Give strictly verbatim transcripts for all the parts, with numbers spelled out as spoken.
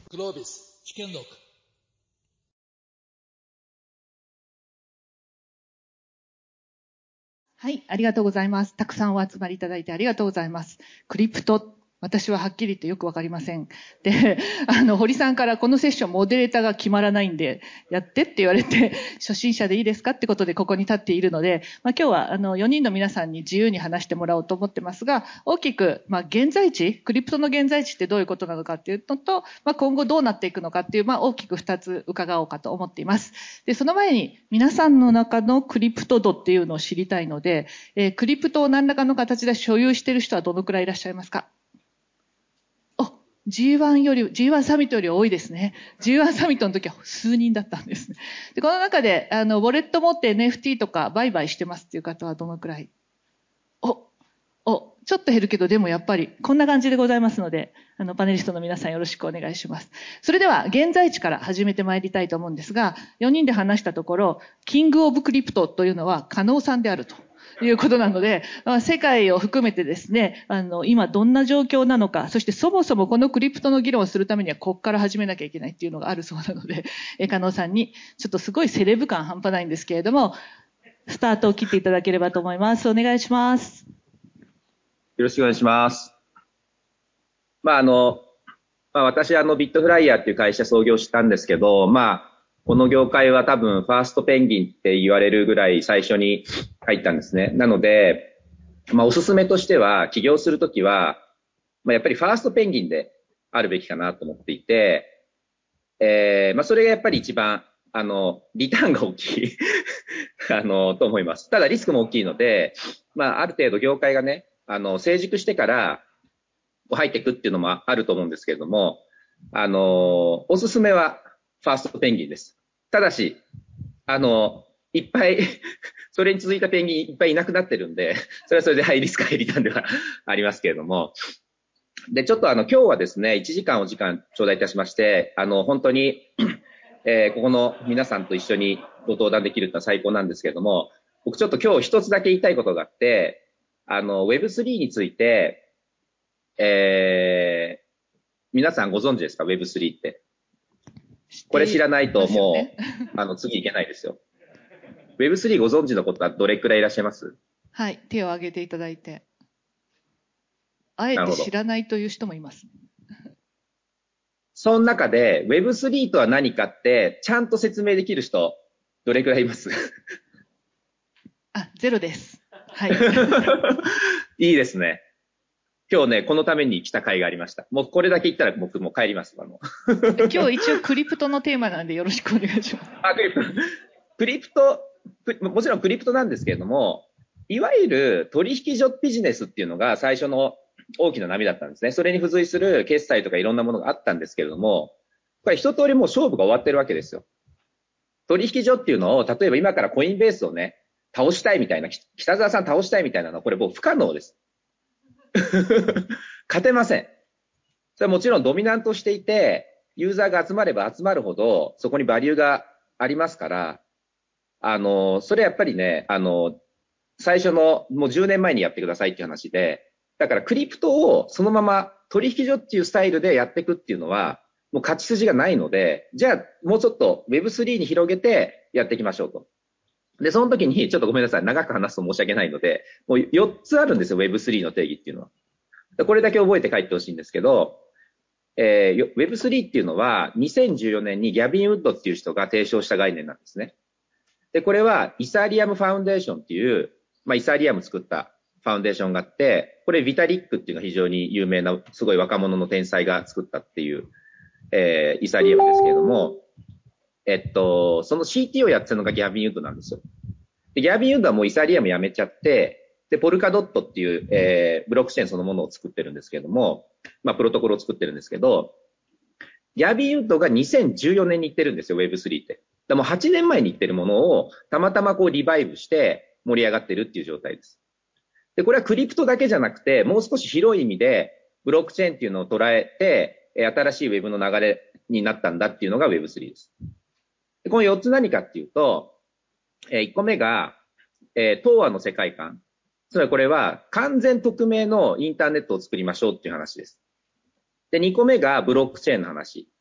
グロービス試験録。 はい、ありがとうございます。たくさんお集まりいただいてありがとうございます。クリプト、私ははっきり言ってよくわかりません。で、あの、堀さんからこのセッションモデレーターが決まらないんで、やってって言われて、初心者でいいですかってことでここに立っているので、まあ、今日はあの、よにんの皆さんに自由に話してもらおうと思ってますが、大きく、まあ、現在地、クリプトの現在地ってどういうことなのかっていうのと、まあ、今後どうなっていくのかっていう、まあ、大きくふたつ伺おうかと思っています。で、その前に、皆さんの中のクリプト度っていうのを知りたいので、えー、クリプトを何らかの形で所有している人はどのくらいいらっしゃいますか？ジーワン より、ジーワン サミットより多いですね。ジーワン サミットの時は数人だったんですね。で、この中で、あの、ウォレット持って エヌエフティー とか売買してますっていう方はどのくらい？お、お、ちょっと減るけど、でもやっぱりこんな感じでございますので、あの、パネリストの皆さんよろしくお願いします。それでは、現在地から始めてまいりたいと思うんですが、よにんで話したところ、キングオブクリプトというのは加納さんであると。いうことなので、世界を含めてですね、あの、今どんな状況なのか、そしてそもそもこのクリプトの議論をするためにはここから始めなきゃいけないっていうのがあるそうなので、え、加納さんに、ちょっとすごいセレブ感半端ないんですけれども、スタートを切っていただければと思います。お願いします。 よろしくお願いします。まあ、あの、まあ、私、あの、ビットフライヤーっていう会社創業したんですけど、まあ、この業界は多分、ファーストペンギンって言われるぐらい最初に入ったんですね。なので、まあ、おすすめとしては、起業するときは、まあ、やっぱりファーストペンギンであるべきかなと思っていて、えー、まあ、それがやっぱり一番、あの、リターンが大きい、あの、と思います。ただ、リスクも大きいので、まあ、ある程度業界がね、あの、成熟してから、入っていくっていうのもあると思うんですけれども、あの、おすすめはファーストペンギンです。ただし、あの、いっぱいそれに続いたペンギンいっぱいいなくなってるんで、それはそれでハイリスクハイリターンではありますけれども、で、ちょっとあの、今日はですね、いちじかんお時間頂戴いたしまして、あの、本当に、えー、ここの皆さんと一緒にご登壇できるってのは最高なんですけれども、僕ちょっと今日一つだけ言いたいことがあって、あの、ウェブスリー について、えー、皆さんご存知ですか ?ウェブスリー って。これ知らないともう、あの、次いけないですよ。ウェブスリー ご存知のことはどれくらいいらっしゃいます？ はい、手を挙げていただいて。あえて知らないという人もいます。 その中で ウェブスリー とは何かってちゃんと説明できる人どれくらいいます？ あ、ゼロです。はい。 いいですね。今日ね、このために来た会がありました。もうこれだけ言ったら僕もう帰ります。あの今日一応クリプトのテーマなんでよろしくお願いします。 あ、クリプト。クリプト、もちろんクリプトなんですけれども、いわゆる取引所ビジネスっていうのが最初の大きな波だったんですね。それに付随する決済とかいろんなものがあったんですけれども、これ一通りもう勝負が終わってるわけですよ。取引所っていうのを、例えば今からコインベースをね、倒したいみたいな、北沢さん倒したいみたいなのは、これもう不可能です。勝てません。それはもちろんドミナントしていて、ユーザーが集まれば集まるほど、そこにバリューがありますから、あの、それやっぱりね、あの、最初のもうじゅうねんまえにやってくださいっていう話で、だからクリプトをそのまま取引所っていうスタイルでやっていくっていうのは、もう勝ち筋がないので、じゃあもうちょっと ウェブスリー に広げてやっていきましょうと。で、その時にちょっとごめんなさい。長く話すと申し訳ないので、もうよっつあるんですよ、ウェブスリー の定義っていうのは。これだけ覚えて帰ってほしいんですけど、えー、ウェブスリー っていうのはにせんじゅうよねんにギャビン・ウッドっていう人が提唱した概念なんですね。で、これはイサリアムファウンデーションっていう、まあ、イサリアム作ったファウンデーションがあって、これビタリックっていうのは非常に有名な、すごい若者の天才が作ったっていう、えー、イサリアムですけれども、えっと、その シーティー をやってたのがギャビン・ウッドなんですよ。でギャビン・ウッドはもうイサリアムやめちゃって、で、ポルカドットっていう、えー、ブロックチェーンそのものを作ってるんですけれども、まあ、プロトコルを作ってるんですけど、ギャビン・ウッドがにせんじゅうよねんに言ってるんですよ、ウェブスリー って。でもはちねんまえに言ってるものを、たまたまこうリバイブして盛り上がってるっていう状態です。で、これはクリプトだけじゃなくて、もう少し広い意味で、ブロックチェーンっていうのを捉えて、新しいウェブの流れになったんだっていうのが ウェブスリー です。でこのよっつ何かっていうと、いっこめが、えー、東亜の世界観。つまりこれは完全匿名のインターネットを作りましょうっていう話です。で、にこめがブロックチェーンの話。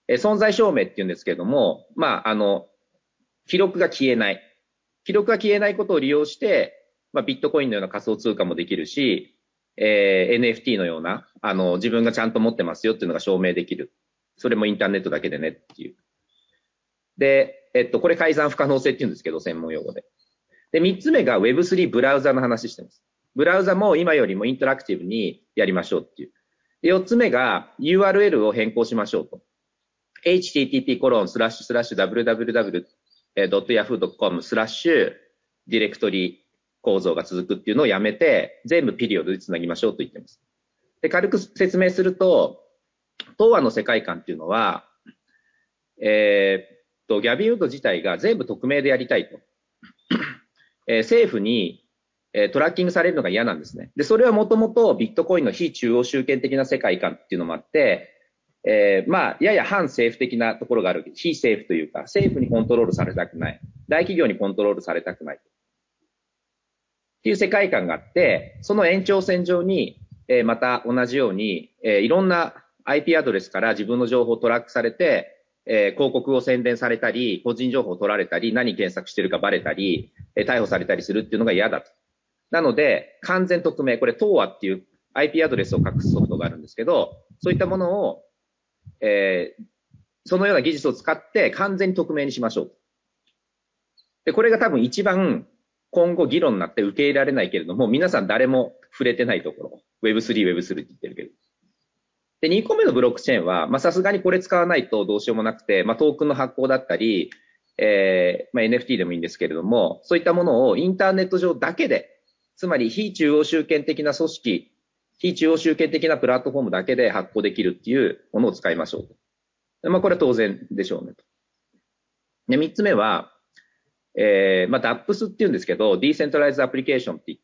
えー、存在証明っていうんですけれども、まあ、あの、記録が消えない。記録が消えないことを利用して、まあ、ビットコインのような仮想通貨もできるし、えー、エヌエフティー のような、あの、自分がちゃんと持ってますよっていうのが証明できる。それもインターネットだけでねっていう。で、えっと、これ改ざん不可能性って言うんですけど、専門用語で。で、三つ目が ウェブスリー ブラウザの話してます。ブラウザも今よりもインタラクティブにやりましょうっていう。で、四つ目が ユーアールエル を変更しましょうと。エイチティーティーピーコロンスラッシュスラッシュダブリューダブリューダブリュードットヤフードットコムスラッシュディレクトリ構造が続くっていうのをやめて、全部ピリオドでつなぎましょうと言ってます。で、軽く説明すると、東亜の世界観っていうのは、えー、っと、ギャビンウッド自体が全部匿名でやりたいと。えー、政府に、えー、トラッキングされるのが嫌なんですね。で、それはもともとビットコインの非中央集権的な世界観っていうのもあって、えー、まあ、やや反政府的なところがある。非政府というか、政府にコントロールされたくない。大企業にコントロールされたくない。っていう世界観があって、その延長線上に、えー、また同じように、えー、いろんな アイピー アドレスから自分の情報をトラックされて、えー、広告を宣伝されたり、個人情報を取られたり、何検索してるかバレたり、えー、逮捕されたりするっていうのが嫌だと。なので、完全匿名、これ トーア っていう アイピー アドレスを隠すソフトがあるんですけど、そういったものを、えー、そのような技術を使って完全に匿名にしましょう。で、これが多分一番今後議論になって受け入れられないけれども、皆さん誰も触れてないところ。ウェブスリー、ウェブスリー って言ってるけど。で、にこめのブロックチェーンは、まあさすがにこれ使わないとどうしようもなくて、まあトークンの発行だったり、えー、まあ エヌエフティー でもいいんですけれども、そういったものをインターネット上だけで、つまり非中央集権的な組織、非中央集権的なプラットフォームだけで発行できるっていうものを使いましょうと。まあこれは当然でしょうねと。で、三つ目は、えー、まあ ダップス って言うんですけど、Decentralized Application って言って、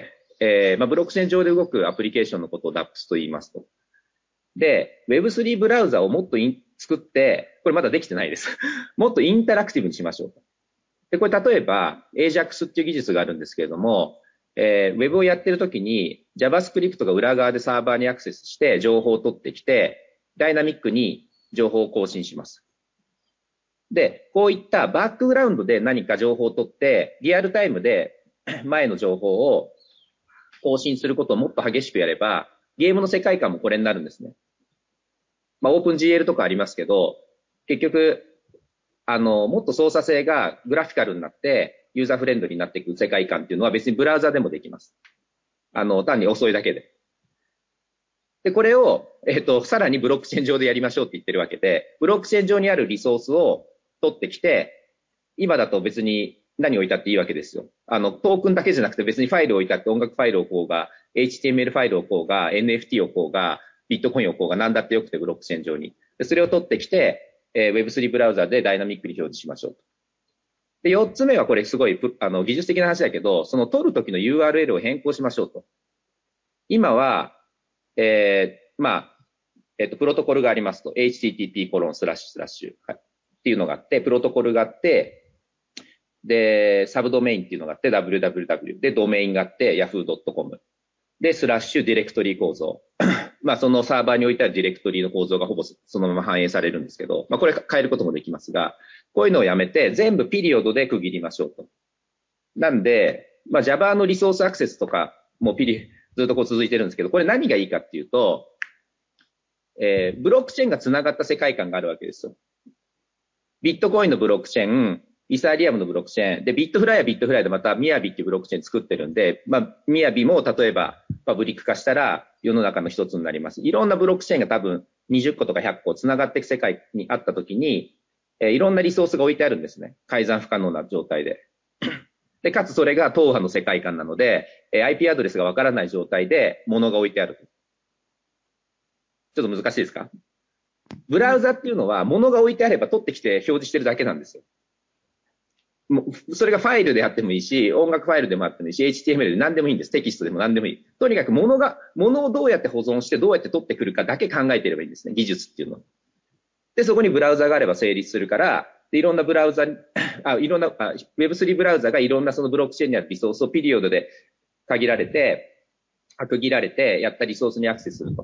えー、まあブロックチェーン上で動くアプリケーションのことを ダップス と言いますと。で、ウェブスリー ブラウザをもっとイン作って、これまだできてないです。もっとインタラクティブにしましょうと。で、これ例えば、エージャックス っていう技術があるんですけれども、えー、ウェブをやってるときに JavaScript が裏側でサーバーにアクセスして情報を取ってきて、ダイナミックに情報を更新します。で、こういったバックグラウンドで何か情報を取って、リアルタイムで前の情報を更新することをもっと激しくやれば、ゲームの世界観もこれになるんですね。まあ、オープンジーエル とかありますけど、結局、あの、もっと操作性がグラフィカルになって、ユーザーフレンドリーになっていく世界観っていうのは別にブラウザでもできます。あの、単に遅いだけで。で、これを、えっと、さらにブロックチェーン上でやりましょうって言ってるわけで、ブロックチェーン上にあるリソースを取ってきて、今だと別に何を置いたっていいわけですよ。あの、トークンだけじゃなくて別にファイルを置いたって音楽ファイルをこうが、エイチティーエムエル ファイルをこうが、エヌエフティー をこうが、ビットコインをこうが何だってよくてブロックチェーン上に。でそれを取ってきて、えー、ウェブスリー ブラウザでダイナミックに表示しましょうと。で、四つ目はこれすごい、あの、技術的な話だけど、その取るときの ユーアールエル を変更しましょうと。今は、えー、まあ、えっと、プロトコルがありますと。エイチティーティーピーコロンスラッシュスラッシュ。はい。っていうのがあって、プロトコルがあって、で、サブドメインっていうのがあって、ダブリューダブリューダブリュー。で、ドメインがあって、ヤフードットコム。で、スラッシュディレクトリ構造。まあ、そのサーバーに置いたディレクトリの構造がほぼそのまま反映されるんですけど、まあ、これ変えることもできますが、こういうのをやめて、全部ピリオドで区切りましょうと。なんで、まあ、Java のリソースアクセスとかもピリ、ずっとこう続いてるんですけど、これ何がいいかっていうと、えー、ブロックチェーンが繋がった世界観があるわけですよ。ビットコインのブロックチェーン、イサリアムのブロックチェーン、で、ビットフライはビットフライでまたミヤビっていうブロックチェーン作ってるんで、まあ、ミヤビも例えばパブリック化したら世の中の一つになります。いろんなブロックチェーンが多分にじゅっことかひゃっこ繋がっていく世界にあったときに、えー、いろんなリソースが置いてあるんですね。改ざん不可能な状態で。で、かつそれが党派の世界観なので、えー、アイピー アドレスがわからない状態で物が置いてある。ちょっと難しいですか？ブラウザっていうのは物が置いてあれば取ってきて表示してるだけなんですよ。もうそれがファイルであってもいいし、音楽ファイルでもあってもいいし、エイチティーエムエル で何でもいいんです。テキストでも何でもいい。とにかく物が、物をどうやって保存してどうやって取ってくるかだけ考えてればいいんですね。技術っていうのは。で、そこにブラウザがあれば成立するから、でいろんなブラウザ、あ、いろんな、あ ウェブスリー ブラウザがいろんなそのブロックチェーンにあるリソースをピリオドで限られて、区切られて、やったリソースにアクセスすると。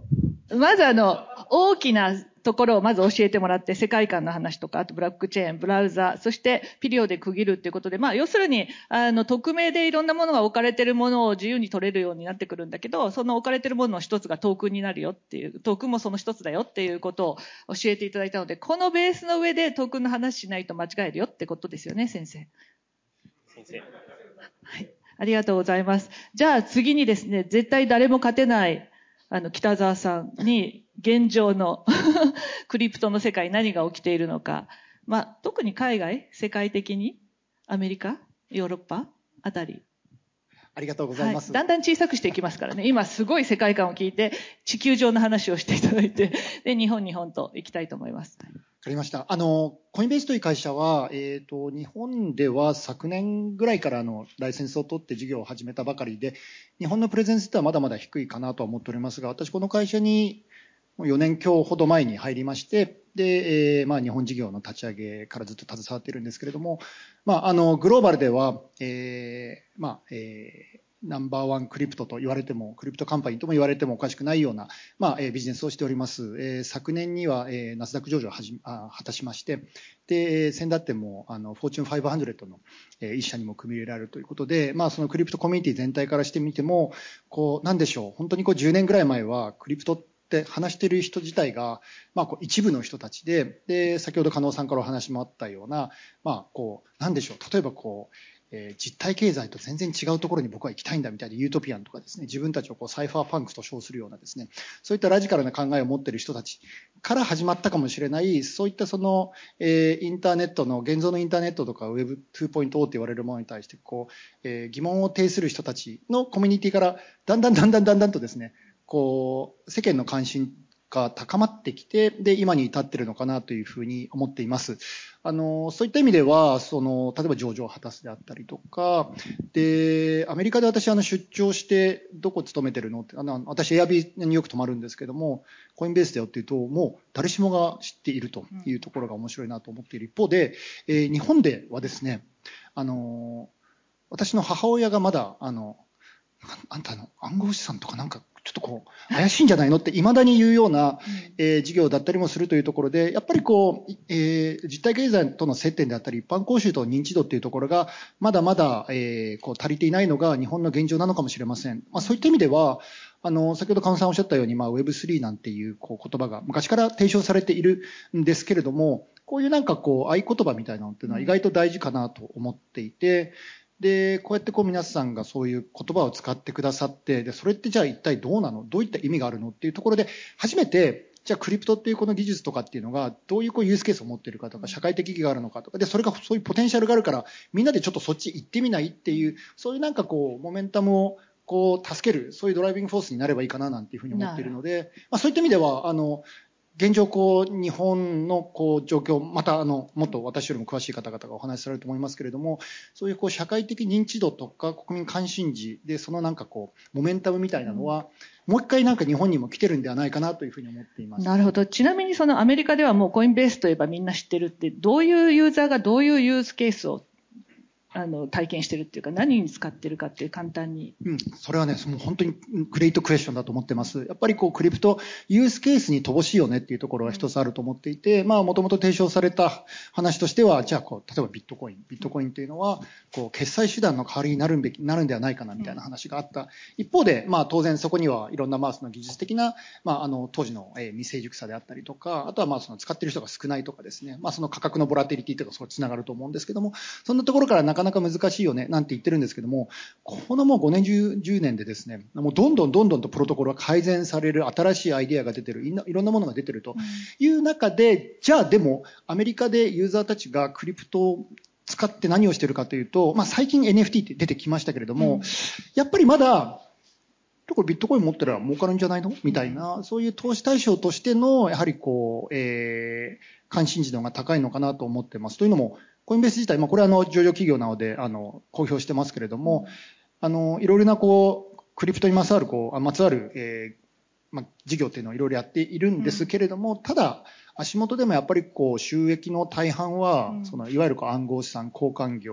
まずあの、大きなところをまず教えてもらって、世界観の話とか、あとブラックチェーン、ブラウザ、そしてピリオで区切るっていうことで、まあ要するに、あの、匿名でいろんなものが置かれているものを自由に取れるようになってくるんだけど、その置かれているものの一つがトークンになるよっていう、トークンもその一つだよっていうことを教えていただいたので、このベースの上でトークンの話しないと間違えるよってことですよね、先生。 先生。 はい。ありがとうございます。じゃあ次にですね、絶対誰も勝てない、あの、北沢さんに現状のクリプトの世界何が起きているのか。まあ、特に海外、世界的に、アメリカ、ヨーロッパあたり。 ありがとうございます。 はい、だんだん小さくしていきますからね。今すごい世界観を聞いて、地球上の話をしていただいて、で、日本、日本と行きたいと思います。 わかりました。あの、コインベースという会社は、えっと、日本では昨年ぐらいからのライセンスを取って事業を始めたばかりで、日本のプレゼンスってはまだまだ低いかなとは思っておりますが、私この会社によねん強ほど前に入りまして、で、えー、まあ日本事業の立ち上げからずっと携わっているんですけれども、まああの、グローバルでは、えー、まあ、えー、ナンバーワンクリプトと言われても、クリプトカンパニーとも言われてもおかしくないような、まあ、えー、ビジネスをしております。えー、昨年には、えー、ナスダック上場をはじあ果たしまして、で、先だっても、あの、フォーチュンファイブハンドレッドの、えー、一社にも組み入れられるということで、まあ、そのクリプトコミュニティ全体からしてみても、こう、なんでしょう、本当にこうじゅうねんぐらい前は、クリプトって話している人自体が、まあ、こう一部の人たちで、で、先ほど加納さんからお話もあったような、まあ、こう、なんでしょう、例えばこう、えー、実体経済と全然違うところに僕は行きたいんだみたいなユートピアンとかですね、自分たちをこうサイファーパンクと称するようなですね、そういったラジカルな考えを持っている人たちから始まったかもしれない、そういったその、えー、インターネットの、現像のインターネットとか ウェブツーポイントオー って言われるものに対して、こう、えー、疑問を呈する人たちのコミュニティから、だんだんだんだんだんだんとですね、こう、世間の関心が高まってきて、で、今に至っているのかなというふうに思っています。あの、そういった意味では、その、例えば上場を果たすであったりとか、で、アメリカで私、あの、出張して、どこ勤めてるのって、あの、私、エアビーによく泊まるんですけども、コインベースだよっていうと、もう、誰しもが知っているというところが面白いなと思っている一方で、えー、日本ではですね、あの、私の母親がまだ、あの、あんたの暗号資産とかなんかちょっとこう怪しいんじゃないのって未だに言うような、えー、事業だったりもするというところで、やっぱりこう、えー、実体経済との接点であったり、一般講習と認知度っていうところがまだまだ、えー、こう足りていないのが日本の現状なのかもしれません。まあ、そういった意味では、あの、先ほど加納さんおっしゃったように、まあ、ウェブスリー なんていう、こう言葉が昔から提唱されているんですけれども、こういうなんかこう合言葉みたいなのっていうのは意外と大事かなと思っていて、で、こうやってこう皆さんがそういう言葉を使ってくださって、で、それってじゃあ一体どうなの？どういった意味があるの？っていうところで、初めて、じゃあクリプトっていうこの技術とかっていうのが、どういうこうユースケースを持っているかとか、社会的意義があるのかとか、で、それがそういうポテンシャルがあるから、みんなでちょっとそっち行ってみないっていう、そういうなんかこう、モメンタムをこう、助ける、そういうドライビングフォースになればいいかななんていうふうに思っているので、まあそういった意味では、あの、現状、こう、日本の、こう、状況、また、あの、もっと私よりも詳しい方々がお話しされると思いますけれども、そういう、こう、社会的認知度とか、国民関心事で、そのなんかこう、モメンタムみたいなのは、うん、もう一回なんか日本にも来てるんではないかなというふうに思っています。 なるほど。ちなみにそのアメリカではもうコインベースといえばみんな知ってるって、どういうユーザーがどういうユースケースをあの体験してるっていうか、何に使ってるかっていう簡単に。 うん、それはね、もう本当にグレートクエスチョンだと思ってます。やっぱりこうクリプトユースケースに乏しいよねっていうところは一つあると思っていて、うん、まあもともと提唱された話としては、じゃあこう例えばビットコイン、ビットコインというのはこう決済手段の代わりになるべきなるんではないかなみたいな話があった。うん、一方で、まあ当然そこにはいろんなまあその技術的なまああの当時の未成熟さであったりとか、あとはまあその使っている人が少ないとかですね、まあその価格のボラティリティとかそうつながると思うんですけども、そんなところからなかなか難しいよねなんて言ってるんですけども、このもうごねんじゅうねんでですね、もうどんどんどんどんとプロトコルが改善される、新しいアイデアが出てる、いろんなものが出てるという中で、じゃあでもアメリカでユーザーたちがクリプトを使って何をしているかというと、まあ最近 エヌエフティー って出てきましたけれども、うん、やっぱりまだこれビットコイン持ってれば儲かるんじゃないのみたいな、そういう投資対象としての、やはりこう、えー、関心事度が高いのかなと思ってます。というのも、コインベース自体、まあこれはあの上場企業なので、あの、公表してますけれども、あの、いろいろなこう、クリプトにまつわる、こう、まつわる、えー、まあ、事業っていうのをいろいろやっているんですけれども、ただ、足元でもやっぱりこう、収益の大半は、その、いわゆるこう暗号資産、交換業、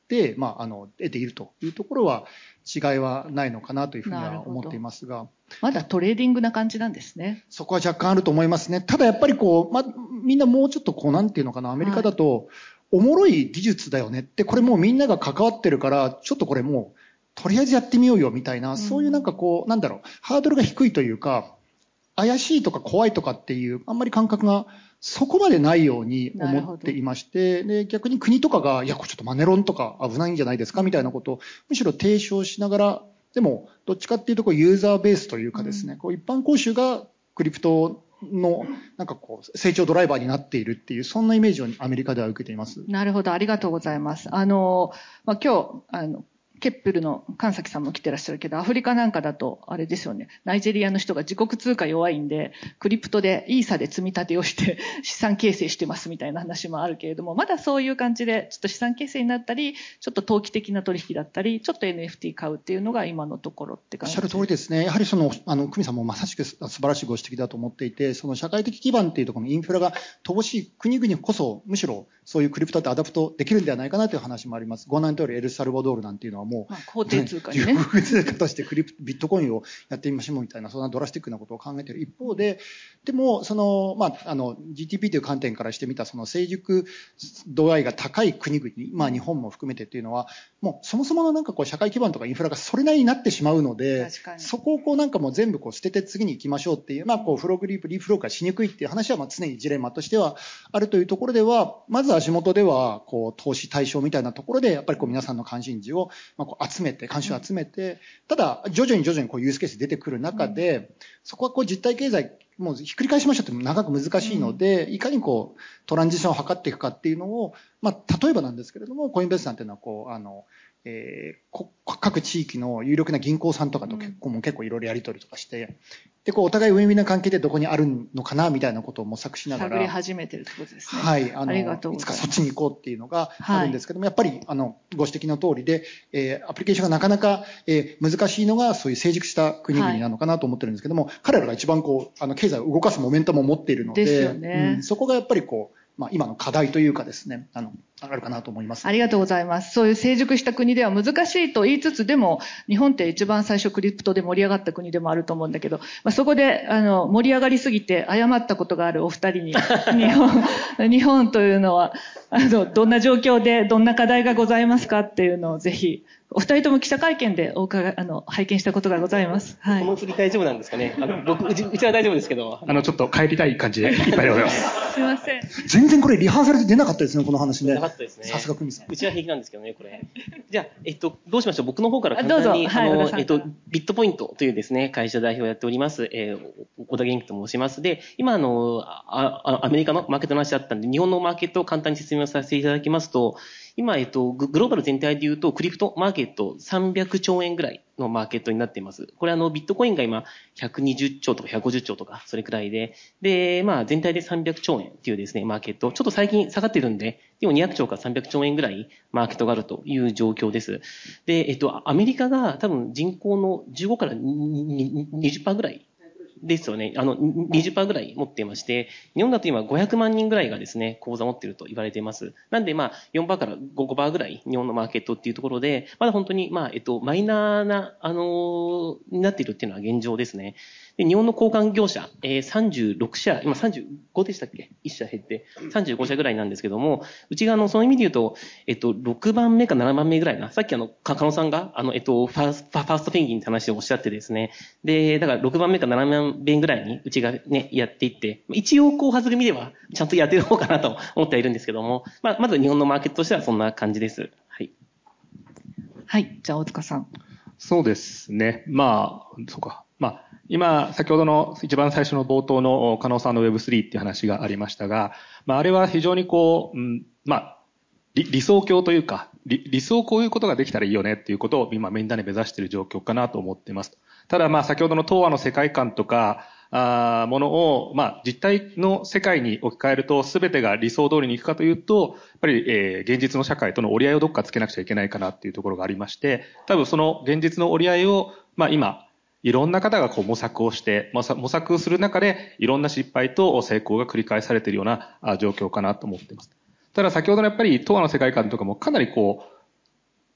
で、まあ、あの、得ているというところは、違いはないのかなというふうには思っていますが。 まだトレーディングな感じなんですね。 そこは若干あると思いますね。ただやっぱりこう、ま、みんなもうちょっとこう、なんていうのかな、アメリカだと、はい、おもろい技術だよねって、これもうみんなが関わってるから、ちょっとこれもう、とりあえずやってみようよみたいな、うん、そういうなんかこう、なんだろう、ハードルが低いというか、怪しいとか怖いとかっていう、あんまり感覚がそこまでないように思っていまして、で、逆に国とかが、いや、これちょっとマネロンとか危ないんじゃないですかみたいなことを、むしろ提唱しながら、でも、どっちかっていうと、こう、ユーザーベースというかですね、うん、こう、一般講習がクリプトの、なんかこう、成長ドライバーになっているっていう、そんなイメージをアメリカでは受けています。 なるほど、ありがとうございます。あの、まあ、今日、あの、ケップルの神崎さんも来てらっしゃるけど、アフリカなんかだと、あれですよね、ナイジェリアの人が自国通貨弱いんで、クリプトでイーサで積み立てをして資産形成してますみたいな話もあるけれども、まだそういう感じで、ちょっと資産形成になったり、ちょっと投機的な取引だったり、ちょっと エヌエフティー 買うっていうのが今のところって感じです。 おっしゃる通りですね。やはりその、あの、久美さんもまさしく素晴らしいご指摘だと思っていて、その社会的基盤っていうところのインフラが乏しい国々こそ、むしろそういうクリプトってアダプトできるんではないかなという話もあります。ご案内の通りエルサルバドールなんていうのはもう、まあ、 法定通貨にね。 自国通貨としてクリプビットコインをやってみましょうみたいな、そんなドラスティックなことを考えている一方で、でも、その、まあ、あの、ジーティーピー という観点からしてみた、その成熟度合いが高い国々、まあ、日本も含めてっていうのは、もう、そもそものなんかこう、社会基盤とかインフラがそれなりになってしまうので、そこをこう、なんかもう全部こう、捨てて次に行きましょうっていう、まあ、こう、フローグリープ、リーフローがしにくいっていう話は、まあ、常にジレンマとしてはあるというところでは、まず足元では、こう、投資対象みたいなところで、やっぱりこう、皆さんの関心事を、まあ、こう集めて、関心を集めて、ただ、徐々に徐々にこうユースケース出てくる中で、うん、そこはこう実体経済、もうひっくり返しましょうって長く難しいので、うん、いかにこうトランジションを図っていくかっていうのを、まあ、例えばなんですけれども、コインベースさんっていうのはこう、あの、えー、各地域の有力な銀行さんとかと結構、うん、もう結構いろいろやり取りとかして、で、こうお互いウィンウィンな関係でどこにあるのかなみたいなことを模索しながら。 探り始めてるってことですね。 はい。あの、ありがとうございます。いつかそっちに行こうっていうのがあるんですけども、はい、やっぱり、あの、ご指摘の通りで、えー、アプリケーションがなかなか、えー、難しいのが、そういう成熟した国々なのかなと思ってるんですけども、はい、彼らが一番こう、あの、経済を動かすモメンタムを持っているので、 ですよね。 うん、そこがやっぱりこう、まあ、今の課題というかですね、あの、あるかなと思います。 ありがとうございます。そういう成熟した国では難しいと言いつつ、でも、日本って一番最初クリプトで盛り上がった国でもあると思うんだけど、まあ、そこで、あの、盛り上がりすぎて誤ったことがあるお二人に、日本、日本というのは、あの、どんな状況で、どんな課題がございますかっていうのをぜひ、お二人とも記者会見でお伺い、あの、拝見したことがございます。はい。 この振り大丈夫なんですかね。あの、僕、うち、うちは大丈夫ですけど。 あの、ちょっと帰りたい感じでいっぱいでございます。 すいません。 全然これリハーサルで出なかったですね、この話ね。 出なかったですね。 さすが久美さん。 うちは平気なんですけどね、これ。じゃあ、えっと、どうしましょう。僕の方から簡単に、あ, はい、あの、えっと、ビットポイントというですね、会社代表をやっております、えー、小田元気と申します。で、今、あの、あ、アメリカのマーケットの話だったんで、日本のマーケットを簡単に説明させていただきますと、今、えっと、グローバル全体で言うと、クリプトマーケットさんびゃくちょうえんぐらいのマーケットになっています。これあの、ビットコインが今、ひゃくにじゅっちょうとかひゃくごじゅっちょうとか、それくらいで、で、まあ、全体でさんびゃくちょうえんっていうですね、マーケット、ちょっと最近下がってるんで、でもにひゃくちょうからさんびゃくちょうえんぐらいマーケットがあるという状況です。で、えっと、アメリカが多分人口のじゅうごからにじゅっパーセントぐらいですよね。あの、にじゅっパーセントぐらい持っていまして、日本だと今ごひゃくまんにんぐらいがですね、口座を持っていると言われています。なんでまあ よんパーセント からごパーセントぐらい日本のマーケットっていうところで、まだ本当にまあ、えっと、マイナーな、あのー、になっているっていうのは現状ですね。で、日本の交換業者、えー、さんじゅうろくしゃ、今さんじゅうごでしたっけ ?いっ 社減って、さんじゅうごしゃぐらいなんですけども、うちがあの、その意味で言うと、えっと、ろくばんめかななばんめぐらいな、さっきあの、か、かのさんが、あの、えっと、ファースト、ファーストペンギンって話をおっしゃってですね、で、だからろくばんめかななばんめぐらいにうちがね、やっていって、一応後発組ではちゃんとやってる方かなと思ってはいるんですけども、まあ、まず日本のマーケットとしてはそんな感じです。はい。 はい。じゃあ、大塚さん。 そうですね。まあ、そうか。まあ、今、先ほどの一番最初の冒頭の加納さんの ウェブスリー っていう話がありましたが、まあ、あれは非常にこう、うん、まあ、理, 理想郷というか理、理想こういうことができたらいいよねっていうことを今みんなで目指している状況かなと思っています。ただまあ先ほどの東亜の世界観とか、あものを、まあ実態の世界に置き換えると全てが理想通りにいくかというと、やっぱり、えー、現実の社会との折り合いをどっかつけなくちゃいけないかなっていうところがありまして、多分その現実の折り合いを、まあ今、いろんな方がこう模索をして、模索する中でいろんな失敗と成功が繰り返されているような状況かなと思っています。ただ先ほどのやっぱり東亜の世界観とかもかなりこう、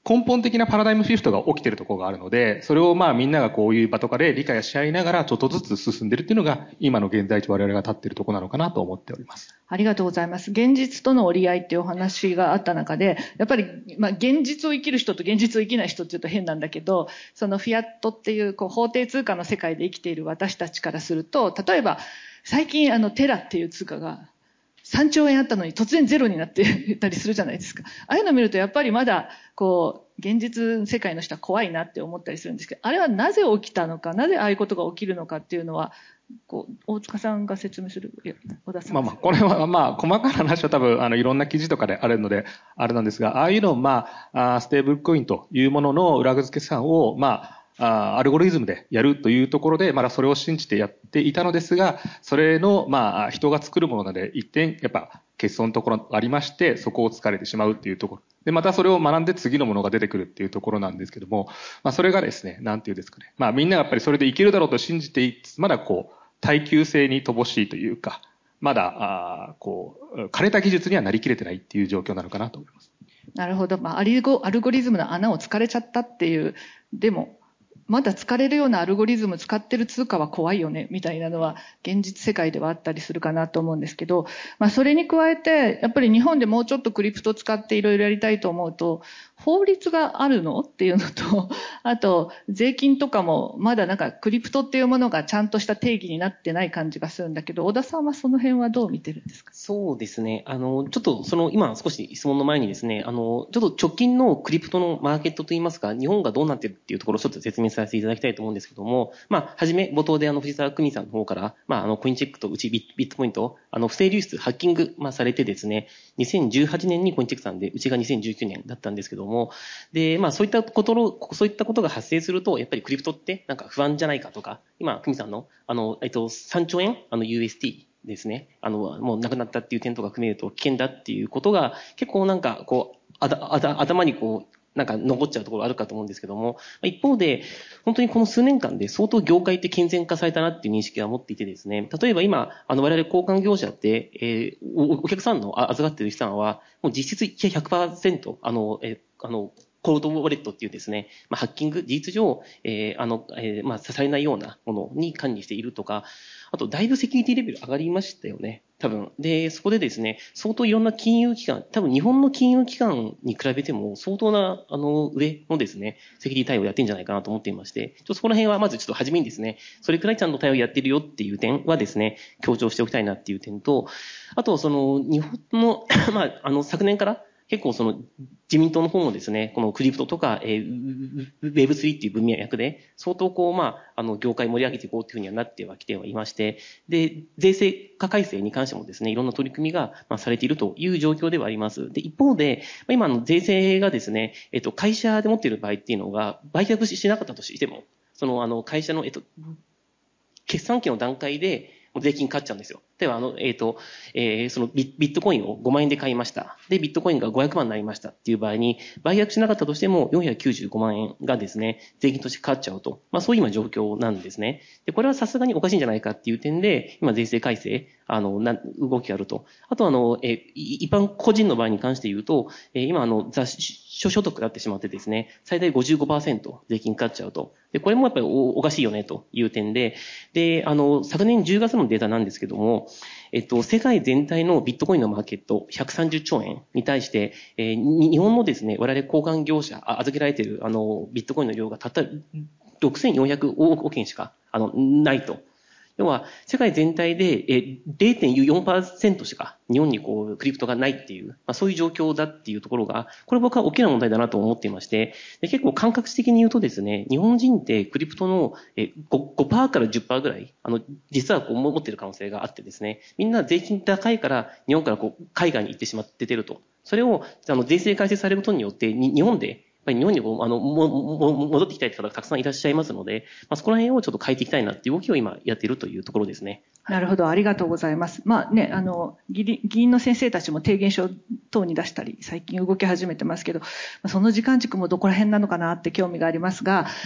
根本的なパラダイムシフトが起きているところがあるので、それをまあみんながこういう場とかで理解し合いながらちょっとずつ進んでいるっていうのが今の現在地我々が立っているところなのかなと思っております。 ありがとうございます。現実との折り合いっていうお話があった中で、やっぱりまあ現実を生きる人と現実を生きない人って言うと変なんだけど、そのフィアットっていうこう法定通貨の世界で生きている私たちからすると、例えば最近あのテラっていう通貨がさんちょうえんあったのに突然ゼロになってたりするじゃないですか。ああいうのを見るとやっぱりまだこう現実世界の人は怖いなって思ったりするんですけど、あれはなぜ起きたのか、なぜああいうことが起きるのかっていうのはこう大塚さんが説明する。いや小田さん。 まあまあこれはまあ細かな話は多分あのいろんな記事とかであるのであれなんですが、ああいうのをまあステーブルコインというものの裏付け資産をまああアルゴリズムでやるというところで、まだそれを信じてやっていたのですが、それの、まあ、人が作るものなので、一点、やっぱ、欠損のところがありまして、そこを突かれてしまうっていうところ。で、またそれを学んで次のものが出てくるっていうところなんですけども、まあ、それがですね、なんていうんですかね。まあ、みんながやっぱりそれでいけるだろうと信じていつつ、まだこう、耐久性に乏しいというか、まだ、あこう、枯れた技術にはなりきれてないっていう状況なのかなと思います。 なるほど。まあ、アルゴ、アルゴリズムの穴を突かれちゃったっていう、でも、まだ使れるようなアルゴリズム使ってる通貨は怖いよねみたいなのは現実世界ではあったりするかなと思うんですけど、まあそれに加えてやっぱり日本でもうちょっとクリプト使っていろいろやりたいと思うと、法律があるのっていうのと、あと税金とかもまだなんかクリプトっていうものがちゃんとした定義になってない感じがするんだけど、小田さんはその辺はどう見てるんですか？ そうですね。あの、ちょっとその今少し質問の前にですね、あの、ちょっと直近のクリプトのマーケットといいますか、日本がどうなってるっていうところをちょっと説明させていただきたいと思うんですけども、まあ、はじめ冒頭であの藤沢久美さんの方から、まあ、あの、コインチェックとうちビットポイント、あの、不正流出、ハッキング、まあ、されてですね、にせんじゅうはちねんにコインチェックさんで、うちがにせんじゅうきゅうねんだったんですけども、で、まあ、そういったことの、そういったことが発生すると、やっぱりクリプトってなんか不安じゃないかとか、今、久美さんの、あの、えっと、さんちょうえん、あの、ユーエスディー、ですね。あの、もう亡くなったっていう点とか含めると危険だっていうことが結構なんかこう、あだ、あだ、頭にこう、なんか残っちゃうところあるかと思うんですけども、一方で、本当にこの数年間で相当業界って健全化されたなっていう認識は持っていてですね、例えば今、あの我々交換業者って、えー、お, お客さんの預かっている資産は、もう実質 ひゃくパーセント、あの、えー、あの、コールドウォレットっていうですね、まあ、ハッキング、事実上、えー、あの、えー、まあ、されないようなものに管理しているとか、あと、だいぶセキュリティレベル上がりましたよね。多分。で、そこでですね、相当いろんな金融機関、多分日本の金融機関に比べても相当な、あの、上のですね、セキュリティ対応やってんじゃないかなと思っていまして、ちょっとそこら辺はまずちょっと初めにですね、それくらいちゃんと対応やってるよっていう点はですね、強調しておきたいなっていう点と、あと、その、日本の、まあ、あの、昨年から、結構その自民党の方もですね、このクリプトとか、えー、ウェブスリー っていう文脈で、相当こう、まあ、あの、業界盛り上げていこうというふうにはなってはきてはいまして、で、税制化改正に関してもですね、いろんな取り組みが、まあ、されているという状況ではあります。で、一方で、今の税制がですね、えっと、会社で持っている場合っていうのが、売却しなかったとしても、その、あの、会社の、えっと、決算期の段階で、税金かかっちゃうんですよ。例えば、あの、えっと、えー、そのビットコインをごまんえんで買いました。で、ビットコインがごひゃくまんになりましたっていう場合に、売却しなかったとしてもよんひゃくきゅうじゅうごまんえんがですね、税金としてかかっちゃうと。まあ、そういう今状況なんですね。で、これはさすがにおかしいんじゃないかっていう点で、今税制改正、あの、な、動きがあると。あと、あの、えー、一般個人の場合に関して言うと、えー、今、あの、雑所所得になってしまってですね、最大 ごじゅうごパーセント 税金かかっちゃうと。で、これもやっぱり お, おかしいよねという点で、で、あの、昨年じゅうがつのデータなんですけども、えっと、世界全体のビットコインのマーケットひゃくさんじゅっちょうえんに対して、えー、日本のですね、我々交換業者、預けられている、あの、ビットコインの量がたったろくせんよんひゃくおくえんしか、あの、ないと。要は、世界全体で、え、れいてんよんパーセント しか日本にこう、クリプトがないっていう、まあそういう状況だっていうところが、これ僕は大きな問題だなと思っていまして、で結構感覚的に言うとですね、日本人ってクリプトの ご, ごパーセントから じゅっパーセント ぐらい、あの、実はこう持っている可能性があってですね、みんな税金高いから日本からこう、海外に行ってしまって出ると。それを、あの、税制改正されることによって、日本で、やっぱり日本にもあのもも戻ってきたいという方がたくさんいらっしゃいますので、まあ、そこら辺をちょっと変えていきたいなっていう動きを今やっているというところですね。 なるほど、ありがとうございます。まあね、あの、議員の先生たちも提言書等に出したり、最近動き始めてますけど、その時間軸もどこら辺なのかなって興味がありますが、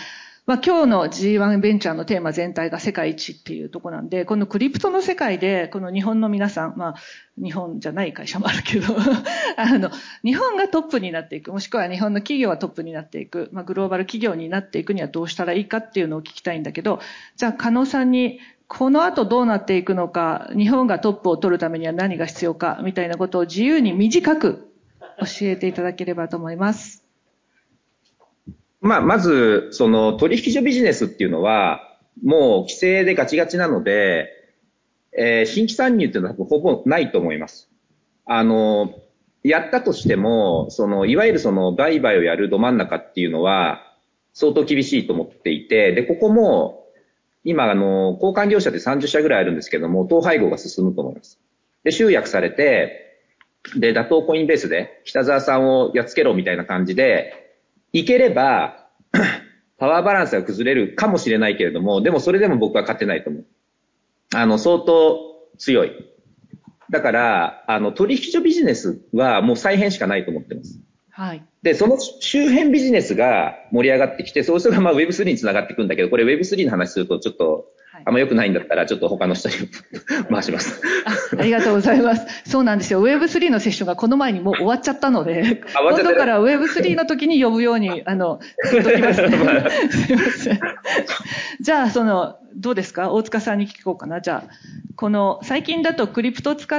まあ今日の ジーワン ベンチャーのテーマ全体が世界一っていうところなんで、このクリプトの世界で、この日本の皆さん、まあ日本じゃない会社もあるけど、あの、日本がトップになっていく、もしくは日本の企業がトップになっていく、まあグローバル企業になっていくにはどうしたらいいかっていうのを聞きたいんだけど、じゃあ加納さんに、この後どうなっていくのか、日本がトップを取るためには何が必要か、みたいなことを自由に短く教えていただければと思います。 まあ、まず、その取引所ビジネスっていうのは、もう規制でガチガチなので、えー、新規参入っていうのはほぼないと思います。あの、やったとしても、その、いわゆるその売買をやるど真ん中っていうのは、相当厳しいと思っていて、で、ここも、今、あの、交換業者でさんじゅっしゃぐらいあるんですけども、統廃合が進むと思います。で、集約されて、で、打倒コインベースで、北沢さんをやっつけろみたいな感じで、いければ、パワーバランスが崩れるかもしれないけれども、でもそれでも僕は勝てないと思う。あの、相当強い。だから、あの、取引所ビジネスはもう再編しかないと思ってます。 はい。 で、その周辺ビジネスが盛り上がってきて、そうすればまあ ウェブスリー につながっていくんだけど、これ ウェブスリー の話するとちょっと、あんま良くないんだったら、ちょっと他の人に回します。 あ。ありがとうございます。そうなんですよ。ウェブスリー のセッションがこの前にもう終わっちゃったので、今度から ウェブスリー の時に呼ぶように、あの、言っときますね。すいません。じゃあ、その、どうですか？大塚さんに聞こうかな。じゃあ、この、最近だとクリプトを使って、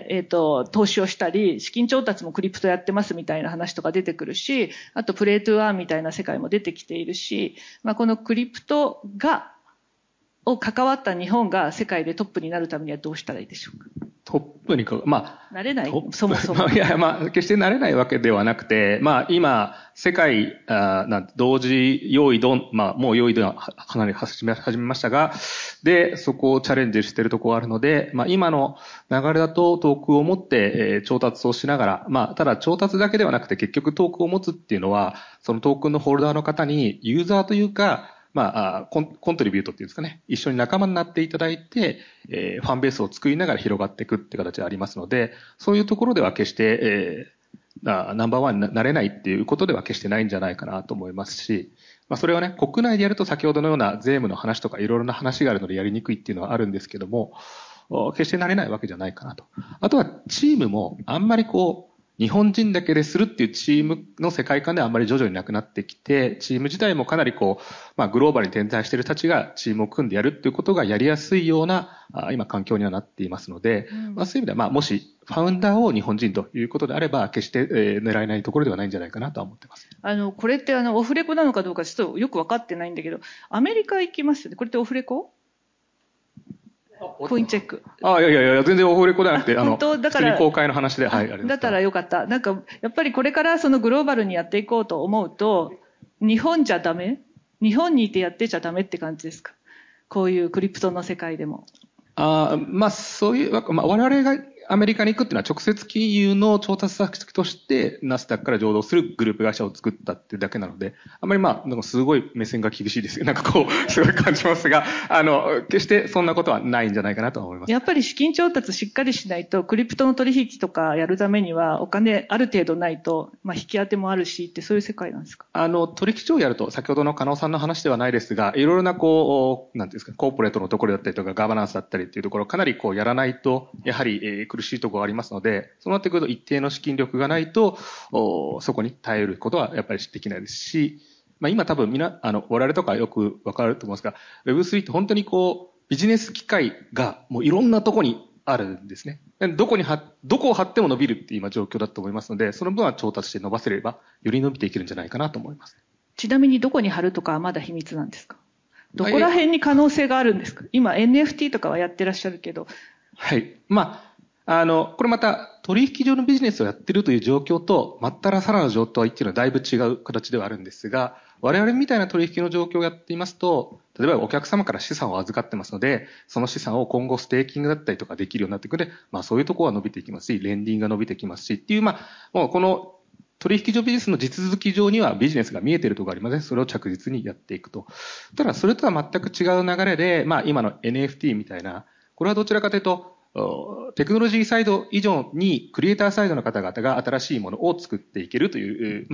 えっと、投資をしたり、資金調達もクリプトやってますみたいな話とか出てくるし、あとプレイトゥーアーンみたいな世界も出てきているし、まあ、このクリプトが、を関わった日本が世界でトップになるためにはどうしたらいいでしょうか？ トップにか、まあ。 なれないそもそも。 いや、まあ、決してなれないわけではなくて、まあ、今、世界、あなん同時、用意どん、まあ、もう用意どん、かなり始め、始めましたが、で、そこをチャレンジしているところがあるので、まあ、今の流れだとトークを持って、えー、調達をしながら、まあ、ただ調達だけではなくて結局トークを持つっていうのは、そのトークンのホルダーの方にユーザーというか、まあ、コン、コントリビュートっていうんですかね。一緒に仲間になっていただいて、えー、ファンベースを作りながら広がっていくって形でありますので、そういうところでは決して、えー、ナンバーワンになれないっていうことでは決してないんじゃないかなと思いますし、まあ、それはね、国内でやると先ほどのような税務の話とかいろいろな話があるのでやりにくいっていうのはあるんですけども、決してなれないわけじゃないかなと。あとはチームもあんまりこう、日本人だけでするっていうチームの世界観ではあんまり徐々になくなってきて、チーム自体もかなりこう、まあグローバルに展開している人たちがチームを組んでやるっていうことがやりやすいような、今環境にはなっていますので、うん、まあそういう意味ではまあもしファウンダーを日本人ということであれば、決して狙えないところではないんじゃないかなとは思ってます。 あの、これってあの、オフレコなのかどうかちょっとよくわかってないんだけど、アメリカ行きますよね。これってオフレコ？コインチェック。 ああ、いやいやいや、全然オフレコではなくて、あの、 本当だから、 普通に公開の話で、はい、あれだったらよかった。なんか、やっぱりこれからそのグローバルにやっていこうと思うと、日本じゃダメ？日本にいてやってちゃダメって感じですか？こういうクリプトの世界でも。 ああ、まあ、そういう、まあ、我々がアメリカに行くっていうのは直接金融の調達先としてナスダックから上場するグループ会社を作ったっていうだけなので、あんまりまあ、なんかすごい目線が厳しいですよ。なんかこう、すごい感じますが、あの、決してそんなことはないんじゃないかなと思います。 やっぱり資金調達しっかりしないと、クリプトの取引とかやるためにはお金ある程度ないと、まあ引き当てもあるしってそういう世界なんですか？ あの、取引所をやると、先ほどの加納さんの話ではないですが、いろいろなこう、なんていうんですか、コーポレートのところだったりとかガバナンスだったりっていうところ、かなりこうやらないと、やはり、えー、苦しいところがありますので、そうなってくると一定の資金力がないと、そこに耐えることはやっぱりできないですし、まあ今多分みな、あの、我々とかよくわかると思うんですが、ウェブスリー って本当にこう、ビジネス機会がもういろんなところにあるんですね。どこには、どこを張っても伸びるっていう今状況だと思いますので、その分は調達して伸ばせれば、より伸びていけるんじゃないかなと思います。 ちなみにどこに貼るとかはまだ秘密なんですか？どこら辺に可能性があるんですか？今 エヌエフティー とかはやってらっしゃるけど。 はい。まあ、あの、これまた取引上のビジネスをやっているという状況と、まったらさらの状態っていうのはだいぶ違う形ではあるんですが、我々みたいな取引の状況をやっていますと、例えばお客様から資産を預かってますので、その資産を今後ステーキングだったりとかできるようになってくるので、まあそういうところは伸びていきますし、レンディングが伸びてきますしっていう、まあ、もうこの取引所ビジネスの地続き上にはビジネスが見えているところがありますね。それを着実にやっていくと。ただ、それとは全く違う流れで、まあ今の エヌエフティー みたいな、これはどちらかというと、テクノロジーサイド以上にクリエイターサイドの方々が新しいものを作っていけるという、まあ、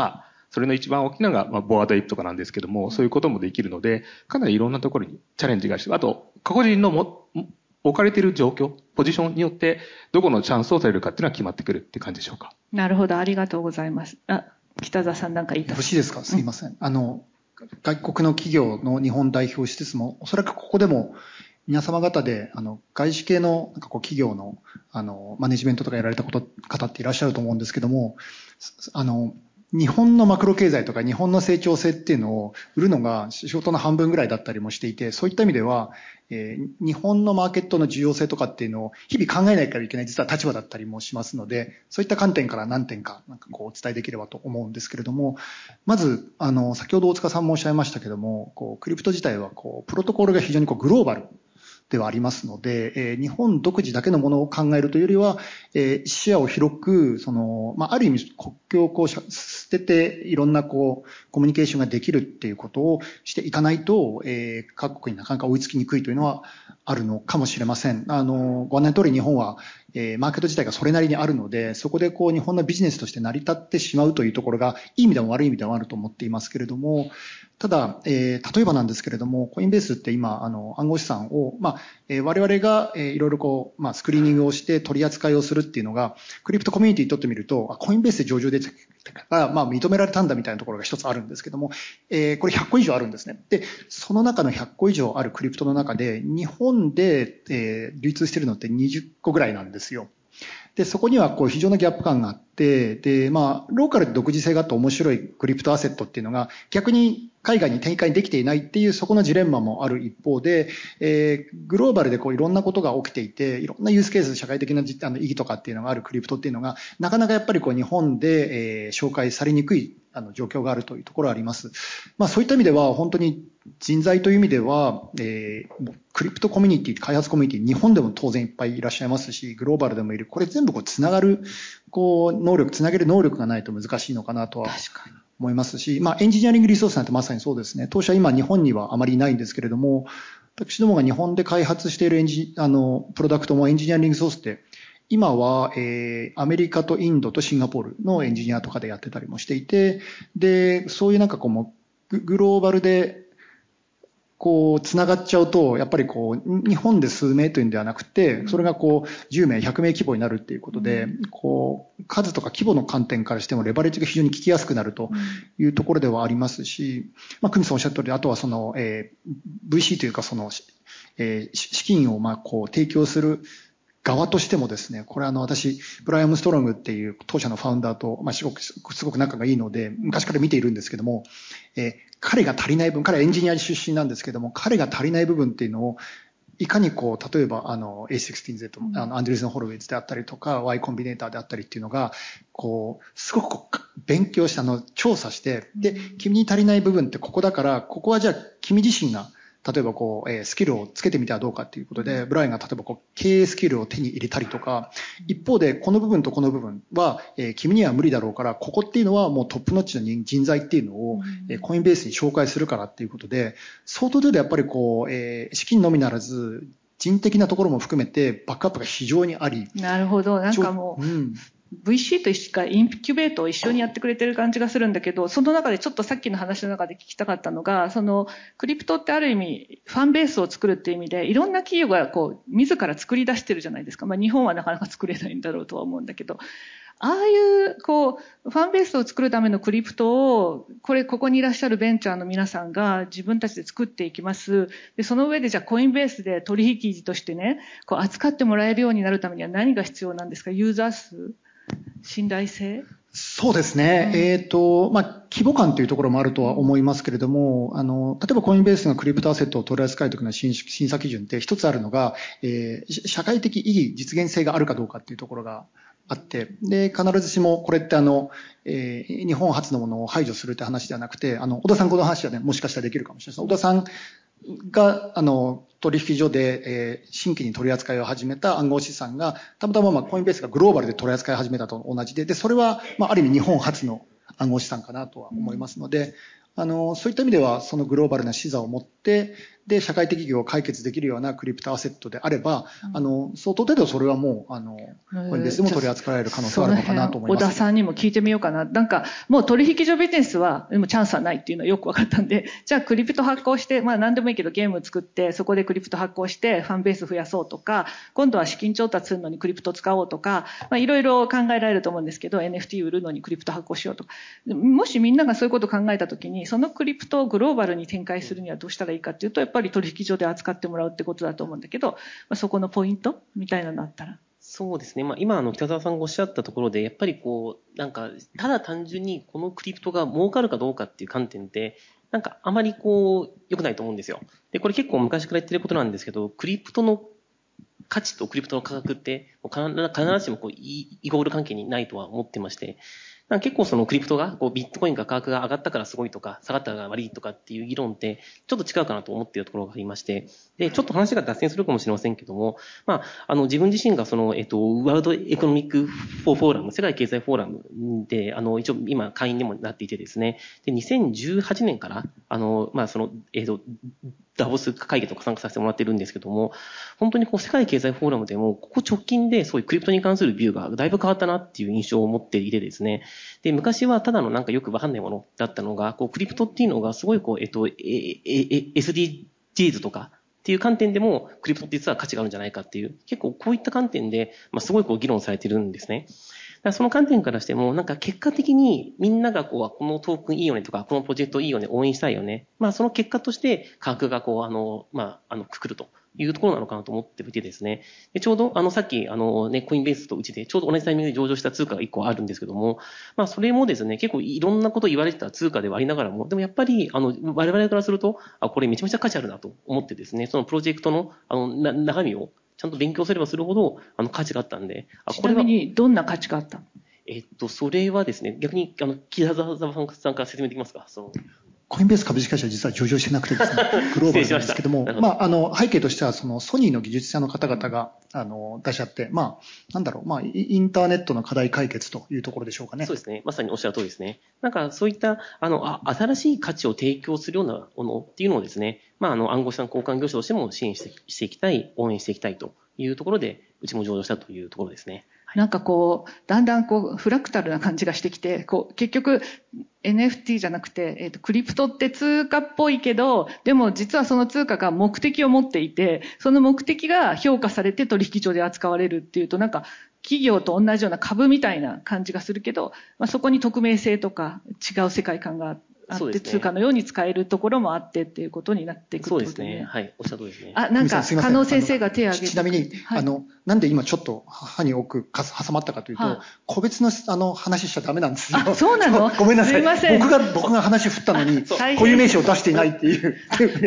それの一番大きなのが、まあ、ボアードエイプとかなんですけども、そういうこともできるので、かなりいろんなところにチャレンジがして、あと、個々人のも置かれている状況、ポジションによって、どこのチャンスを取れるかっていうのは決まってくるって感じでしょうか。 なるほど、ありがとうございます。あ、北澤さんなんか言いたい。 よろしいですか？すいません。うん、あの、外国の企業の日本代表施設も、おそらくここでも、皆様方で、あの、外資系の、なんかこう、企業の、あの、マネジメントとかやられたこと、方っていらっしゃると思うんですけども、あの、日本のマクロ経済とか日本の成長性っていうのを売るのが仕事の半分ぐらいだったりもしていて、そういった意味では、えー、日本のマーケットの重要性とかっていうのを日々考えないからいけない実は立場だったりもしますので、そういった観点から何点かなんかこうお伝えできればと思うんですけれども、まず、あの、先ほど大塚さんもおっしゃいましたけども、こう、クリプト自体はこう、プロトコルが非常にこうグローバルではありますので、えー、日本独自だけのものを考えるというよりは、えー、視野を広く、その、まあ、ある意味国境をこう捨てていろんなこう、コミュニケーションができるっていうことをしていかないと、えー、各国になかなか追いつきにくいというのはあるのかもしれません。あの、ご案内の通り日本は、えー、マーケット自体がそれなりにあるので、そこでこう、日本のビジネスとして成り立ってしまうというところが、いい意味でも悪い意味でもあると思っていますけれども、ただ、えー、例えばなんですけれども、コインベースって今、あの、暗号資産を、まあ、えー、我々が、えー、いろいろこう、まあ、スクリーニングをして取り扱いをするっていうのが、クリプトコミュニティにとってみると、コインベースで上場でから、まあ、認められたんだみたいなところが一つあるんですけども、えー、これひゃっこ以上あるんですね。で、その中のひゃっこ以上あるクリプトの中で、日本で、えー、流通しているのってにじゅっこぐらいなんですよ。で、そこにはこう非常なギャップ感があって、で、まあ、ローカルで独自性があって面白いクリプトアセットっていうのが逆に海外に展開できていないっていうそこのジレンマもある一方で、えー、グローバルでこういろんなことが起きていて、いろんなユースケース、社会的なあの意義とかっていうのがあるクリプトっていうのが、なかなかやっぱりこう日本で、えー、紹介されにくいあの状況があるというところがあります。まあそういった意味では本当に人材という意味では、えー、クリプトコミュニティ、開発コミュニティ、日本でも当然いっぱいいらっしゃいますし、グローバルでもいる。これ全部こうつながる、こう能力、つなげる能力がないと難しいのかなとは思いますし、まあエンジニアリングリソースなんてまさにそうですね。当社今日本にはあまりいないんですけれども、私どもが日本で開発しているエンジ、あの、プロダクトもエンジニアリングリソースって、今は、えー、アメリカとインドとシンガポールのエンジニアとかでやってたりもしていて、で、そういうなんかこうもう、グローバルで、こう、つながっちゃうと、やっぱりこう、日本で数名というんではなくて、それがこう、じゅうめい、ひゃくめい規模になるっていうことで、こう、数とか規模の観点からしてもレバレッジが非常に効きやすくなるというところではありますし、まあ、クミさんおっしゃった通り、あとはその、えー、ブイシー というかその、えー、資金をまあ、こう、提供する、側としてもですね、これあの私、ブライアム・ストロングっていう当社のファウンダーと、まあ、すごく、すごく仲がいいので、昔から見ているんですけども、えー、彼が足りない分、彼はエンジニア出身なんですけども、彼が足りない部分っていうのを、いかにこう、例えばあの エーシックスティーンゼット、あのアンドリュースン・ホロウィッツであったりとか、Y コンビネーターであったりっていうのが、こう、すごくこう勉強した、あの、調査して、で、君に足りない部分ってここだから、ここはじゃあ君自身が、例えばこう、えー、スキルをつけてみてはどうかっていうことで、ブライアンが例えばこう、経営スキルを手に入れたりとか、一方でこの部分とこの部分は、えー、君には無理だろうから、ここっていうのはもうトップノッチの人材っていうのを、えー、コインベースに紹介するからっていうことで、相当程度やっぱりこう、えー、資金のみならず、人的なところも含めてバックアップが非常にあり。 なるほど。なんかもう、うん、ブイシー と一緒かインキュベートを一緒にやってくれてる感じがするんだけど、その中でちょっとさっきの話の中で聞きたかったのが、そのクリプトってある意味ファンベースを作るっていう意味で、いろんな企業がこう自ら作り出してるじゃないですか。まあ日本はなかなか作れないんだろうとは思うんだけど、ああいうこうファンベースを作るためのクリプトをこれここにいらっしゃるベンチャーの皆さんが自分たちで作っていきます。でその上でじゃあコインベースで取引としてね、こう扱ってもらえるようになるためには何が必要なんですか？ユーザー数、信頼性？ そうですね。うん、えっ、ー、と、まあ、規模感というところもあるとは思いますけれども、あの、例えばコインベースがクリプトアセットを取り扱うときの審査基準って一つあるのが、えー、社会的意義、実現性があるかどうかっていうところがあって、で、必ずしもこれってあの、えー、日本初のものを排除するって話ではなくて、あの、小田さんこの話はね、もしかしたらできるかもしれないです。小田さんが、あの、取引所で、えー、新規に取り扱いを始めた暗号資産が、たまたままあコインベースがグローバルで取り扱い始めたと同じで、で、それは、まあ、ある意味日本初の暗号資産かなとは思いますので、 あの、そういった意味では、そのグローバルな視座を持って、で、社会的義を解決できるようなクリプトアセットであれば、うん、あの、相当程度それはもう、あの、コインベースでも取り扱われる可能性はあるのかなと思います。 小田さんにも聞いてみようかな。なんか、もう取引所ビジネスは、でもチャンスはないっていうのはよく分かったんで、じゃあクリプト発行して、まあ何でもいいけどゲーム作って、そこでクリプト発行して、ファンベース増やそうとか、今度は資金調達するのにクリプト使おうとか、まあいろいろ考えられると思うんですけど、エヌエフティー 売るのにクリプト発行しようとか。もしみんながそういうことを考えたときに、そのクリプトをグローバルに展開するにはどうしたらいいかっていうと、やっぱり取引所で扱ってもらうってことだと思うんだけど、まあ、そこのポイントみたいなのあったら。 そうですね。まあ、今、あの、北澤さんがおっしゃったところで、やっぱりこう、なんか、ただ単純にこのクリプトが儲かるかどうかっていう観点で、なんか、あまりこう、良くないと思うんですよ。で、これ結構昔から言ってることなんですけど、クリプトの価値とクリプトの価格って、必ずしもこう、イコール関係にないとは思ってまして、結構そのクリプトが、こうビットコインが価格が上がったからすごいとか、下がったから悪いとかっていう議論って、ちょっと違うかなと思っているところがありまして、で、ちょっと話が脱線するかもしれませんけども、まあ、あの、自分自身がその、えっと、ワールドエコノミックフォーラム、世界経済フォーラムで、あの、一応今会員にもなっていてですね、で、にせんじゅうはちねんから、あの、まあ、その、えっと、ダボス会議とか参加させてもらってるんですけども、本当にこう世界経済フォーラムでも、ここ直近でそういうクリプトに関するビューがだいぶ変わったなっていう印象を持っていてですね、で、昔はただのなんかよくわかんないものだったのが、こうクリプトっていうのがすごいこう、えっと、え、え、エスディージーズ とかっていう観点でも、クリプトって実は価値があるんじゃないかっていう、結構こういった観点で、まあ、すごいこう議論されてるんですね。だからその観点からしても、なんか結果的にみんながこう、このトークンいいよねとか、このプロジェクトいいよね、応援したいよね。まあその結果として価格がこう、あの、まあ、あの、くくるというところなのかなと思っていてですね。でちょうど、あの、さっき、あのね、コインベースとうちでちょうど同じタイミングで上場した通貨がいっこあるんですけども、まあそれもですね、結構いろんなこと言われてた通貨ではありながらも、でもやっぱり、あの、我々からすると、あ、これめちゃめちゃ価値あるなと思ってですね、そのプロジェクトの、あの、な中身をちゃんと勉強すればするほど、あの、価値があったんで、あ、 これは。ちなみに、どんな価値があったの？ えっと、それはですね、逆に、あの、木田沢さんから説明できますか？そのコインベース株式会社は実は上場してなくてですね、グローバルなんですけども、どまあ、あの、背景としては、その、ソニーの技術者の方々が、あの、出し合って、まあ、なんだろう、まあ、インターネットの課題解決というところでしょうかね。 そうですね。まさにおっしゃる通りですね。なんか、そういった、あの、あ新しい価値を提供するようなものっていうのをですね、まあ、あの、暗号資産交換業者としても支援してしていきたい、応援していきたいというところで、うちも上場したというところですね。 なんかこう、だんだんこう、フラクタルな感じがしてきて、こう、結局、エヌエフティー じゃなくて、えっと、クリプトって通貨っぽいけど、でも実はその通貨が目的を持っていて、その目的が評価されて取引所で扱われるっていうと、なんか、企業と同じような株みたいな感じがするけど、まあ、そこに匿名性とか違う世界観があって、あって、通貨のように使えるところもあってっていうことになっていくってことですね。はい。おっしゃる通りですね。 あ、なんか、加納先生が手を挙げて。 ちなみに、はい、あの、なんで今ちょっと歯に多く挟まったかというと、はあ、個別のあの話しちゃダメなんですよ。 あ、そうなの？ ごめんなさい。 すいません。 僕が、僕が話振ったのに、固有名詞を出していないっていう。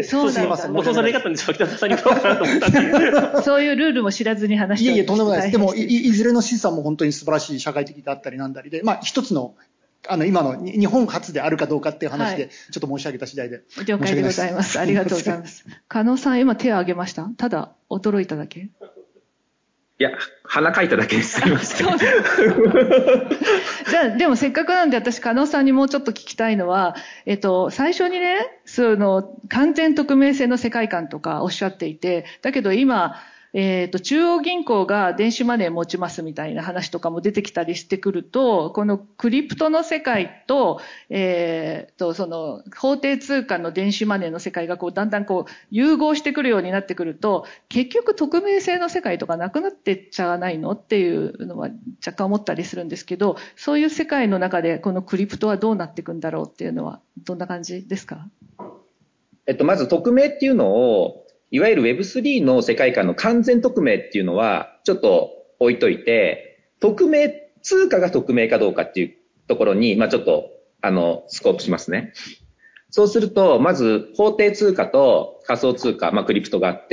そうなんだ。 お父さんでかったんでしょう。北田さんに伺おうかなと思ったんで。 そういうルールも知らずに話していえいえ、とんでもないです。でもい、いずれの資産も本当に素晴らしい社会的だったりなんだりで、まあ一つの、あの、今の日本初であるかどうかっていう話で、ちょっと申し上げた次第で。 了解でございます。ありがとうございます。加納さん、今手を挙げました？ただ、驚いただけ？ いや、鼻かいただけです。すいません。じゃあ、でもせっかくなんで私、加納さんにもうちょっと聞きたいのは、えっと、最初にね、その、完全匿名性の世界観とかおっしゃっていて、だけど今、えっと、中央銀行が電子マネー持ちますみたいな話とかも出てきたりしてくると、このクリプトの世界と、えっと、その、法定通貨の電子マネーの世界がこう、だんだんこう、融合してくるようになってくると、結局匿名性の世界とかなくなってっちゃわないのっていうのは若干思ったりするんですけど、そういう世界の中でこのクリプトはどうなっていくんだろうっていうのは、どんな感じですか？ えっと、まず匿名っていうのを、いわゆる ウェブスリー の世界観の完全匿名っていうのはちょっと置いといて、匿名、通貨が匿名かどうかっていうところに、まあちょっと、あの、スコープしますね。そうすると、まず法定通貨と仮想通貨、まあクリプトがあって、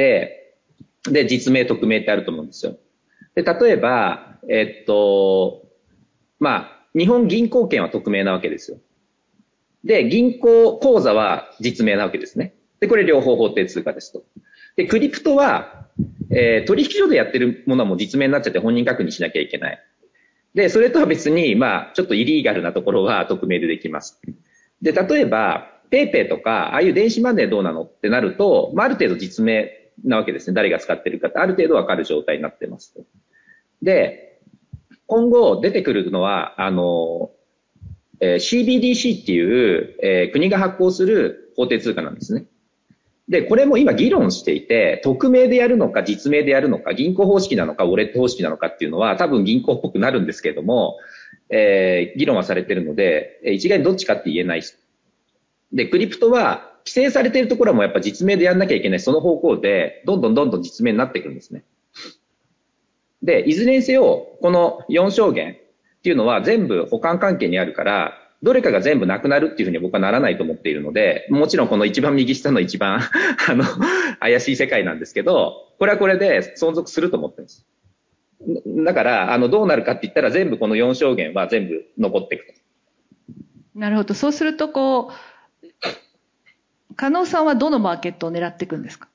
で、実名、匿名ってあると思うんですよ。で、例えば、えっと、まあ、日本銀行券は匿名なわけですよ。で、銀行口座は実名なわけですね。で、これ両方法定通貨ですと。で、クリプトは、えー、取引所でやってるものはもう実名になっちゃって本人確認しなきゃいけない。で、それとは別に、まあ、ちょっとイリーガルなところは匿名でできます。で、例えば、 ペイペイとか、ああいう電子マネーどうなのってなると、まあ、ある程度実名なわけですね。誰が使ってるかってある程度わかる状態になってます。で、今後出てくるのは、あの、えー、シービーディーシー っていう、えー、国が発行する法定通貨なんですね。で、これも今議論していて、匿名でやるのか実名でやるのか、銀行方式なのかウォレット方式なのかっていうのは多分銀行っぽくなるんですけれども、えー、議論はされているので、一概にどっちかって言えないし。で、クリプトは規制されているところもやっぱ実名でやんなきゃいけない、その方向で、どんどんどんどん実名になっていくんですね。で、いずれにせよ、このよん証言っていうのは全部補完関係にあるから、どれかが全部なくなるっていうふうに僕はならないと思っているので、もちろんこの一番右下の一番、あの、怪しい世界なんですけど、これはこれで存続すると思ってます。だから、あの、どうなるかって言ったら全部このよん証言は全部残っていくと。 なるほど。そうすると、こう、加納さんはどのマーケットを狙っていくんですか？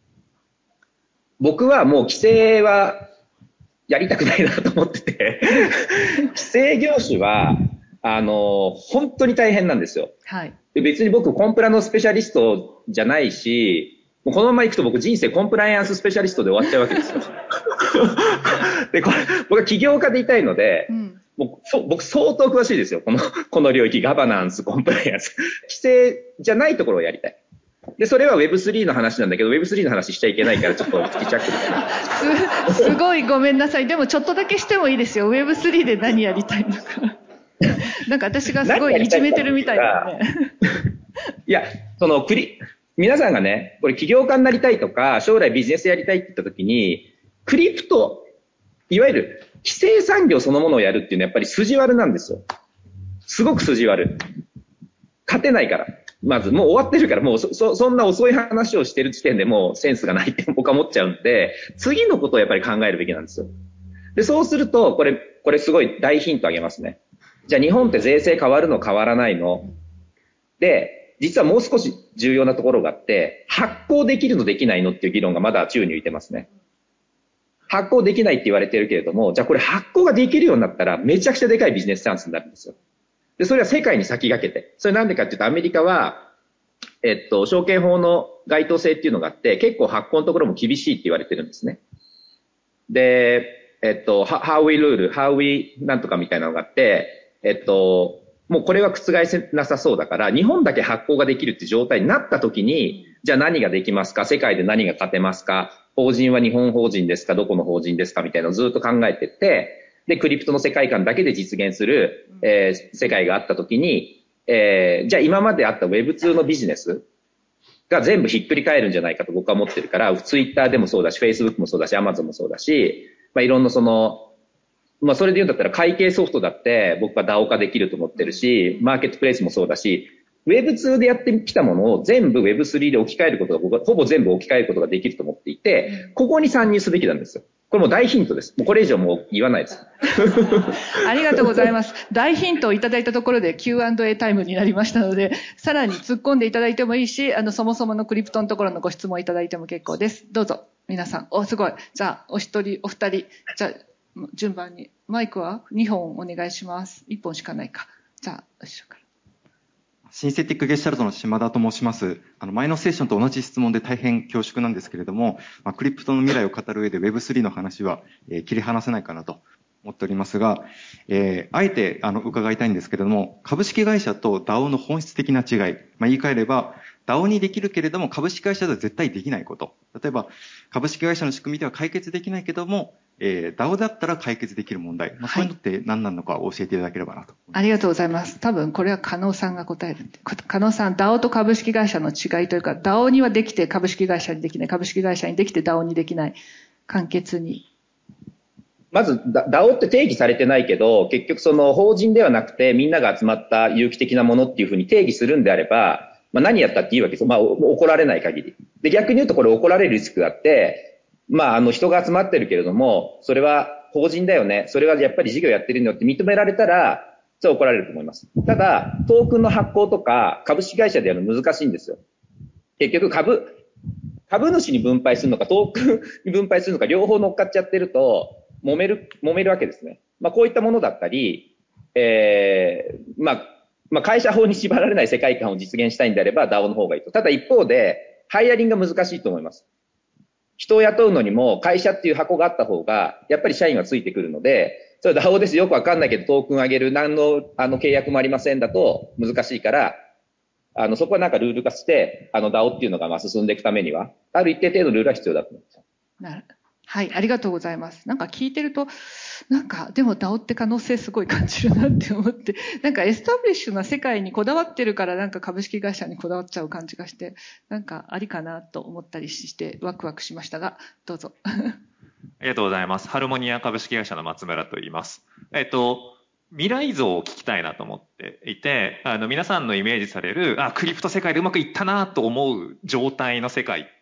僕はもう規制はやりたくないなと思ってて、規制業種は、あの、本当に大変なんですよ。 はい。 で別に僕、コンプラのスペシャリストじゃないし、もうこのまま行くと僕人生コンプライアンススペシャリストで終わっちゃうわけですよ。で、これ、僕は起業家でいたいので、うん、もうそ僕相当詳しいですよ。この、この領域、ガバナンス、コンプライアンス。規制じゃないところをやりたい。で、それは ウェブスリー の話なんだけど、ウェブスリー の話しちゃいけないから、ちょっと好きチャックみたいな。 す、すごいごめんなさい。でもちょっとだけしてもいいですよ。ウェブスリー で何やりたいのか。なんか私がすごいいじめてるみたいだね。 いや、その、クリ、皆さんがね、これ起業家になりたいとか、将来ビジネスやりたいって言った時に、クリプト、いわゆる規制産業そのものをやるっていうのはやっぱり筋悪なんですよ。すごく筋悪。勝てないから。まず、もう終わってるから、もうそ、そ、そんな遅い話をしてる時点でもうセンスがないって僕は思っちゃうんで、次のことをやっぱり考えるべきなんですよ。で、そうすると、これ、これすごい大ヒントあげますね。じゃあ日本って税制変わるの変わらないの？で、実はもう少し重要なところがあって、発行できるのできないのっていう議論がまだ宙に浮いてますね。発行できないって言われてるけれども、じゃあこれ発行ができるようになったらめちゃくちゃでかいビジネスチャンスになるんですよ。で、それは世界に先駆けて。それなんでかっていうと、アメリカは、えっと、証券法の該当性っていうのがあって、結構発行のところも厳しいって言われてるんですね。で、えっと、how we rule, how we なんとかみたいなのがあって、えっと、もうこれは覆せなさそうだから、日本だけ発行ができるって状態になった時に、じゃあ何ができますか？世界で何が勝てますか？法人は日本法人ですか？どこの法人ですか？みたいなのをずっと考えてって、で、クリプトの世界観だけで実現する、えー、世界があった時に、えー、じゃあ今まであった ウェブツー のビジネスが全部ひっくり返るんじゃないかと僕は思ってるから、ツイッターでもそうだし、Facebook もそうだし、Amazon もそうだし、まあ、いろんなその、まあ、それで言うんだったら会計ソフトだって僕は ダオ 化できると思ってるし、マーケットプレイスもそうだし、ウェブツー でやってきたものを全部 ウェブスリー で置き換えることが僕はほぼ全部置き換えることができると思っていて、ここに参入すべきなんですよ。これもう大ヒントです。もうこれ以上もう言わないです。 ありがとうございます。大ヒントをいただいたところで キューアンドエー タイムになりましたので、さらに突っ込んでいただいてもいいし、あの、そもそものクリプトのところのご質問いただいても結構です。どうぞ、皆さん。お、すごい。じゃあ、お一人、お二人、じゃあ、順番に。マイクはにほんお願いします。いっぽんしかないか。じゃあ、後ろから。 シンセティックゲシュタルトの島田と申します。あの、前のセッションと同じ質問で大変恐縮なんですけれども、まあ、クリプトの未来を語る上で ウェブスリー の話は、えー、切り離せないかなと思っておりますが、えー、あえて、あの、伺いたいんですけれども、株式会社と ダオ の本質的な違い、まあ、言い換えれば、ダオ にできるけれども、株式会社では絶対できないこと。例えば、株式会社の仕組みでは解決できないけども、えー、ダオ だったら解決できる問題。まあ、そういうのって何なのか教えていただければなと。 ありがとうございます。多分これは加納さんが答える。加納さん、ダオ と株式会社の違いというか、ダオ にはできて株式会社にできない、株式会社にできて ダオ にできない。簡潔に。 まず、ダオ って定義されてないけど、結局その法人ではなくてみんなが集まった有機的なものっていうふうに定義するんであれば、まあ、何やったっていいわけですよ。まあ、怒られない限り。で、逆に言うとこれ怒られるリスクがあって、まあ、あの人が集まってるけれども、それは法人だよね。それはやっぱり事業やってるのって認められたら、それは怒られると思います。ただ、トークンの発行とか株式会社でやるの難しいんですよ。結局株、株主に分配するのか、トークンに分配するのか、両方乗っかっちゃってると、揉める、揉めるわけですね。まあ、こういったものだったり、えー、まあ、 まあ、会社法に縛られない世界観を実現したいんであれば ダオ の方がいいと。ただ一方で、ハイアリングが難しいと思います。人を雇うのにも会社っていう箱があった方が、やっぱり社員はついてくるので、それ ダオ ですよくわかんないけどトークン上げる、何のあの契約もありませんだと難しいから、あの、そこはなんかルール化して、あの ダオ っていうのがまあ進んでいくためには、ある一定程度ルールは必要だと思います。 なるはい、ありがとうございます。なんか聞いてると、なんかでも ダオ って可能性すごい感じるなって思って、なんかエスタブリッシュな世界にこだわってるからなんか株式会社にこだわっちゃう感じがして、なんかありかなと思ったりしてワクワクしましたが、どうぞ。 ありがとうございます。ハルモニア株式会社の松村と言います。えっと、未来像を聞きたいなと思っていて、あの皆さんのイメージされる、あ、クリプト世界でうまくいったなと思う状態の世界って、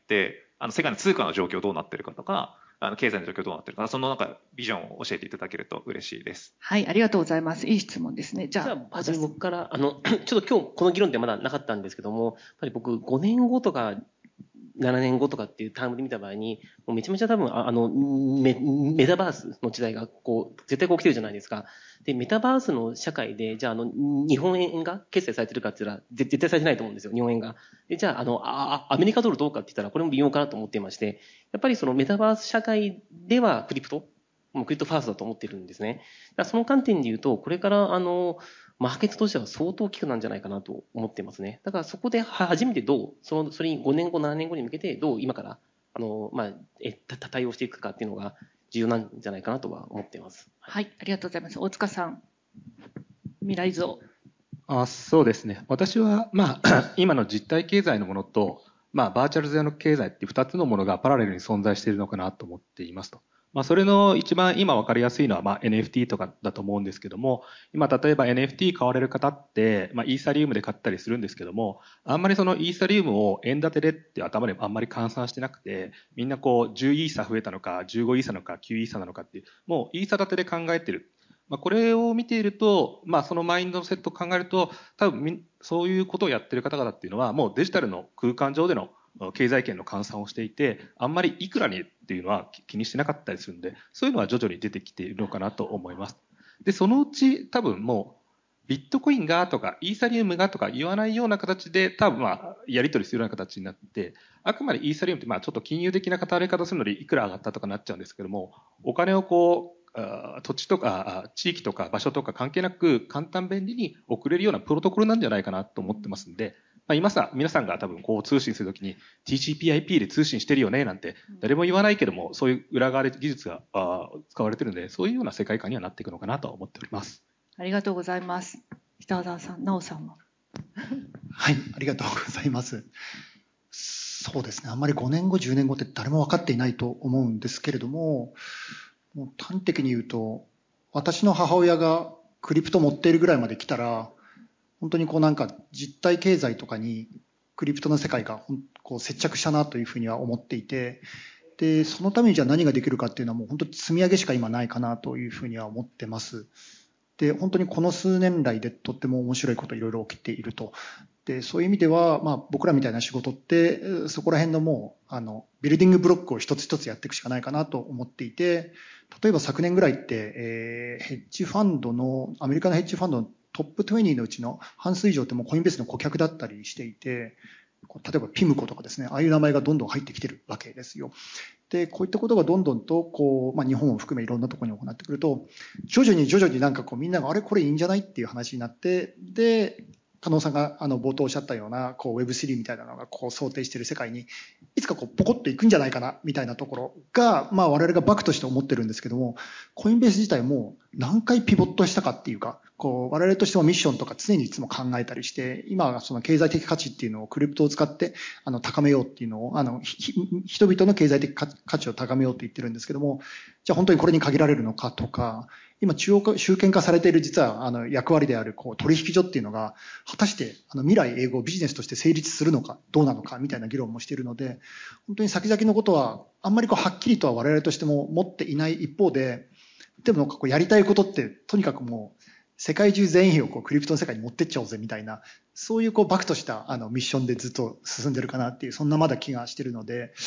あの世界の通貨の状況どうなってるかとか、あの経済の状況どうなってるか、そのなんかビジョンを教えていただけると嬉しいです。 はい、ありがとうございます。いい質問ですね。じゃあ、 じゃあ、はじめ僕から、あの、ちょっと今日この議論ってまだなかったんですけども、やっぱり僕ごねんごとかななねんごとかっていうタームで見た場合に、もうめちゃめちゃ多分、あの、メ、メタバースの時代がこう、絶対こう来てるじゃないですか。で、メタバースの社会で、じゃあ、あの、日本円が決済されてるかって言ったら、絶対されてないと思うんですよ、日本円が。で、じゃあ、あの、あアメリカドルどうかって言ったら、これも微妙かなと思っていまして、やっぱりそのメタバース社会ではクリプトもうクリプトファーストだと思ってるんですね。だからその観点で言うと、これからあの、マーケットとしては相当大きくなんじゃないかなと思ってますね。だからそこで初めてどう、その、それにごねんご、ななねんごに向けてどう今から、あの、まあ、え、対応していくかっていうのが重要なんじゃないかなとは思っています。 はい、ありがとうございます。大塚さん、未来像。 あ、そうですね。私は、まあ、今の実体経済のものと、まあ、バーチャルゼロ経済っていう二つのものがパラレルに存在しているのかなと思っていますと。まあ、それの一番今分かりやすいのは、まあ、エヌエフティー とかだと思うんですけども、今、例えば エヌエフティー 買われる方って、まあ、イーサリウムで買ったりするんですけども、あんまりそのイーサリウムを円建てでって頭であんまり換算してなくて、みんなこう、じゅうイーサ増えたのか、じゅうごイーサなのか、きゅうイーサなのかっていう、もうイーサ建てで考えてる。まあ、これを見ていると、まあ、そのマインドセットを考えると、多分そういうことをやってる方々っていうのは、もうデジタルの空間上での経済圏の換算をしていて、あんまりいくらにっていうのは気にしてなかったりするんで、そういうのは徐々に出てきているのかなと思います。で、そのうち多分もう、ビットコインがとか、イーサリウムがとか言わないような形で、多分まあ、やり取りするような形になって、あくまでイーサリウムってまあちょっと金融的な語り方するのでいくら上がったとかなっちゃうんですけども、お金をこう、土地とか地域とか場所とか関係なく簡単便利に送れるようなプロトコルなんじゃないかなと思ってますんで、まあ、今さ、皆さんが多分こう通信するときに ティーシーピーアイピー で通信してるよねなんて誰も言わないけども、そういう裏側で技術が使われてるので、そういうような世界観にはなっていくのかなと思っております。 ありがとうございます。北澤さん、直さんは。 はい、ありがとうございます。そうですね、あんまりごねんご、じゅうねんごって誰も分かっていないと思うんですけれども、もう端的に言うと、私の母親がクリプト持っているぐらいまで来たら、本当にこうなんか実体経済とかにクリプトの世界がこう接着したなというふうには思っていて、で、そのためにじゃあ何ができるかっていうのはもう本当に積み上げしか今ないかなというふうには思ってます。で、本当にこの数年来でとっても面白いこといろいろ起きていると。で、そういう意味では、まあ僕らみたいな仕事って、そこら辺のもう、あの、ビルディングブロックを一つ一つやっていくしかないかなと思っていて、例えば昨年ぐらいって、えー、ヘッジファンドの、アメリカのヘッジファンドのトップにじゅうのうちの半数以上ってもうコインベースの顧客だったりしていて、例えばピムコとかですね、ああいう名前がどんどん入ってきてるわけですよ。で、こういったことがどんどんと、こう、まあ日本を含めいろんなところに行ってくると、徐々に徐々になんかこうみんながあれこれいいんじゃないっていう話になって、で、加納さんがあの冒頭おっしゃったような、こう ウェブスリー みたいなのがこう想定している世界に、いつかこうポコッと行くんじゃないかな、みたいなところが、まあ我々がバックとして思ってるんですけども、コインベース自体も何回ピボットしたかっていうか、こう我々としてもミッションとか常にいつも考えたりして、今はその経済的価値っていうのをクリプトを使ってあの高めようっていうのを、あの人々の経済的価値を高めようと言ってるんですけども、じゃあ本当にこれに限られるのかとか、今中央化、集権化されている実はあの役割であるこう取引所っていうのが果たしてあの未来永劫ビジネスとして成立するのかどうなのかみたいな議論もしているので、本当に先々のことはあんまりこうはっきりとは我々としても持っていない一方で、でもなんかこうやりたいことってとにかくもう世界中全員をこうクリプトの世界に持ってっちゃおうぜみたいな、そういうこうバクとしたあのミッションでずっと進んでるかなっていう、そんなまだ気がしてるので、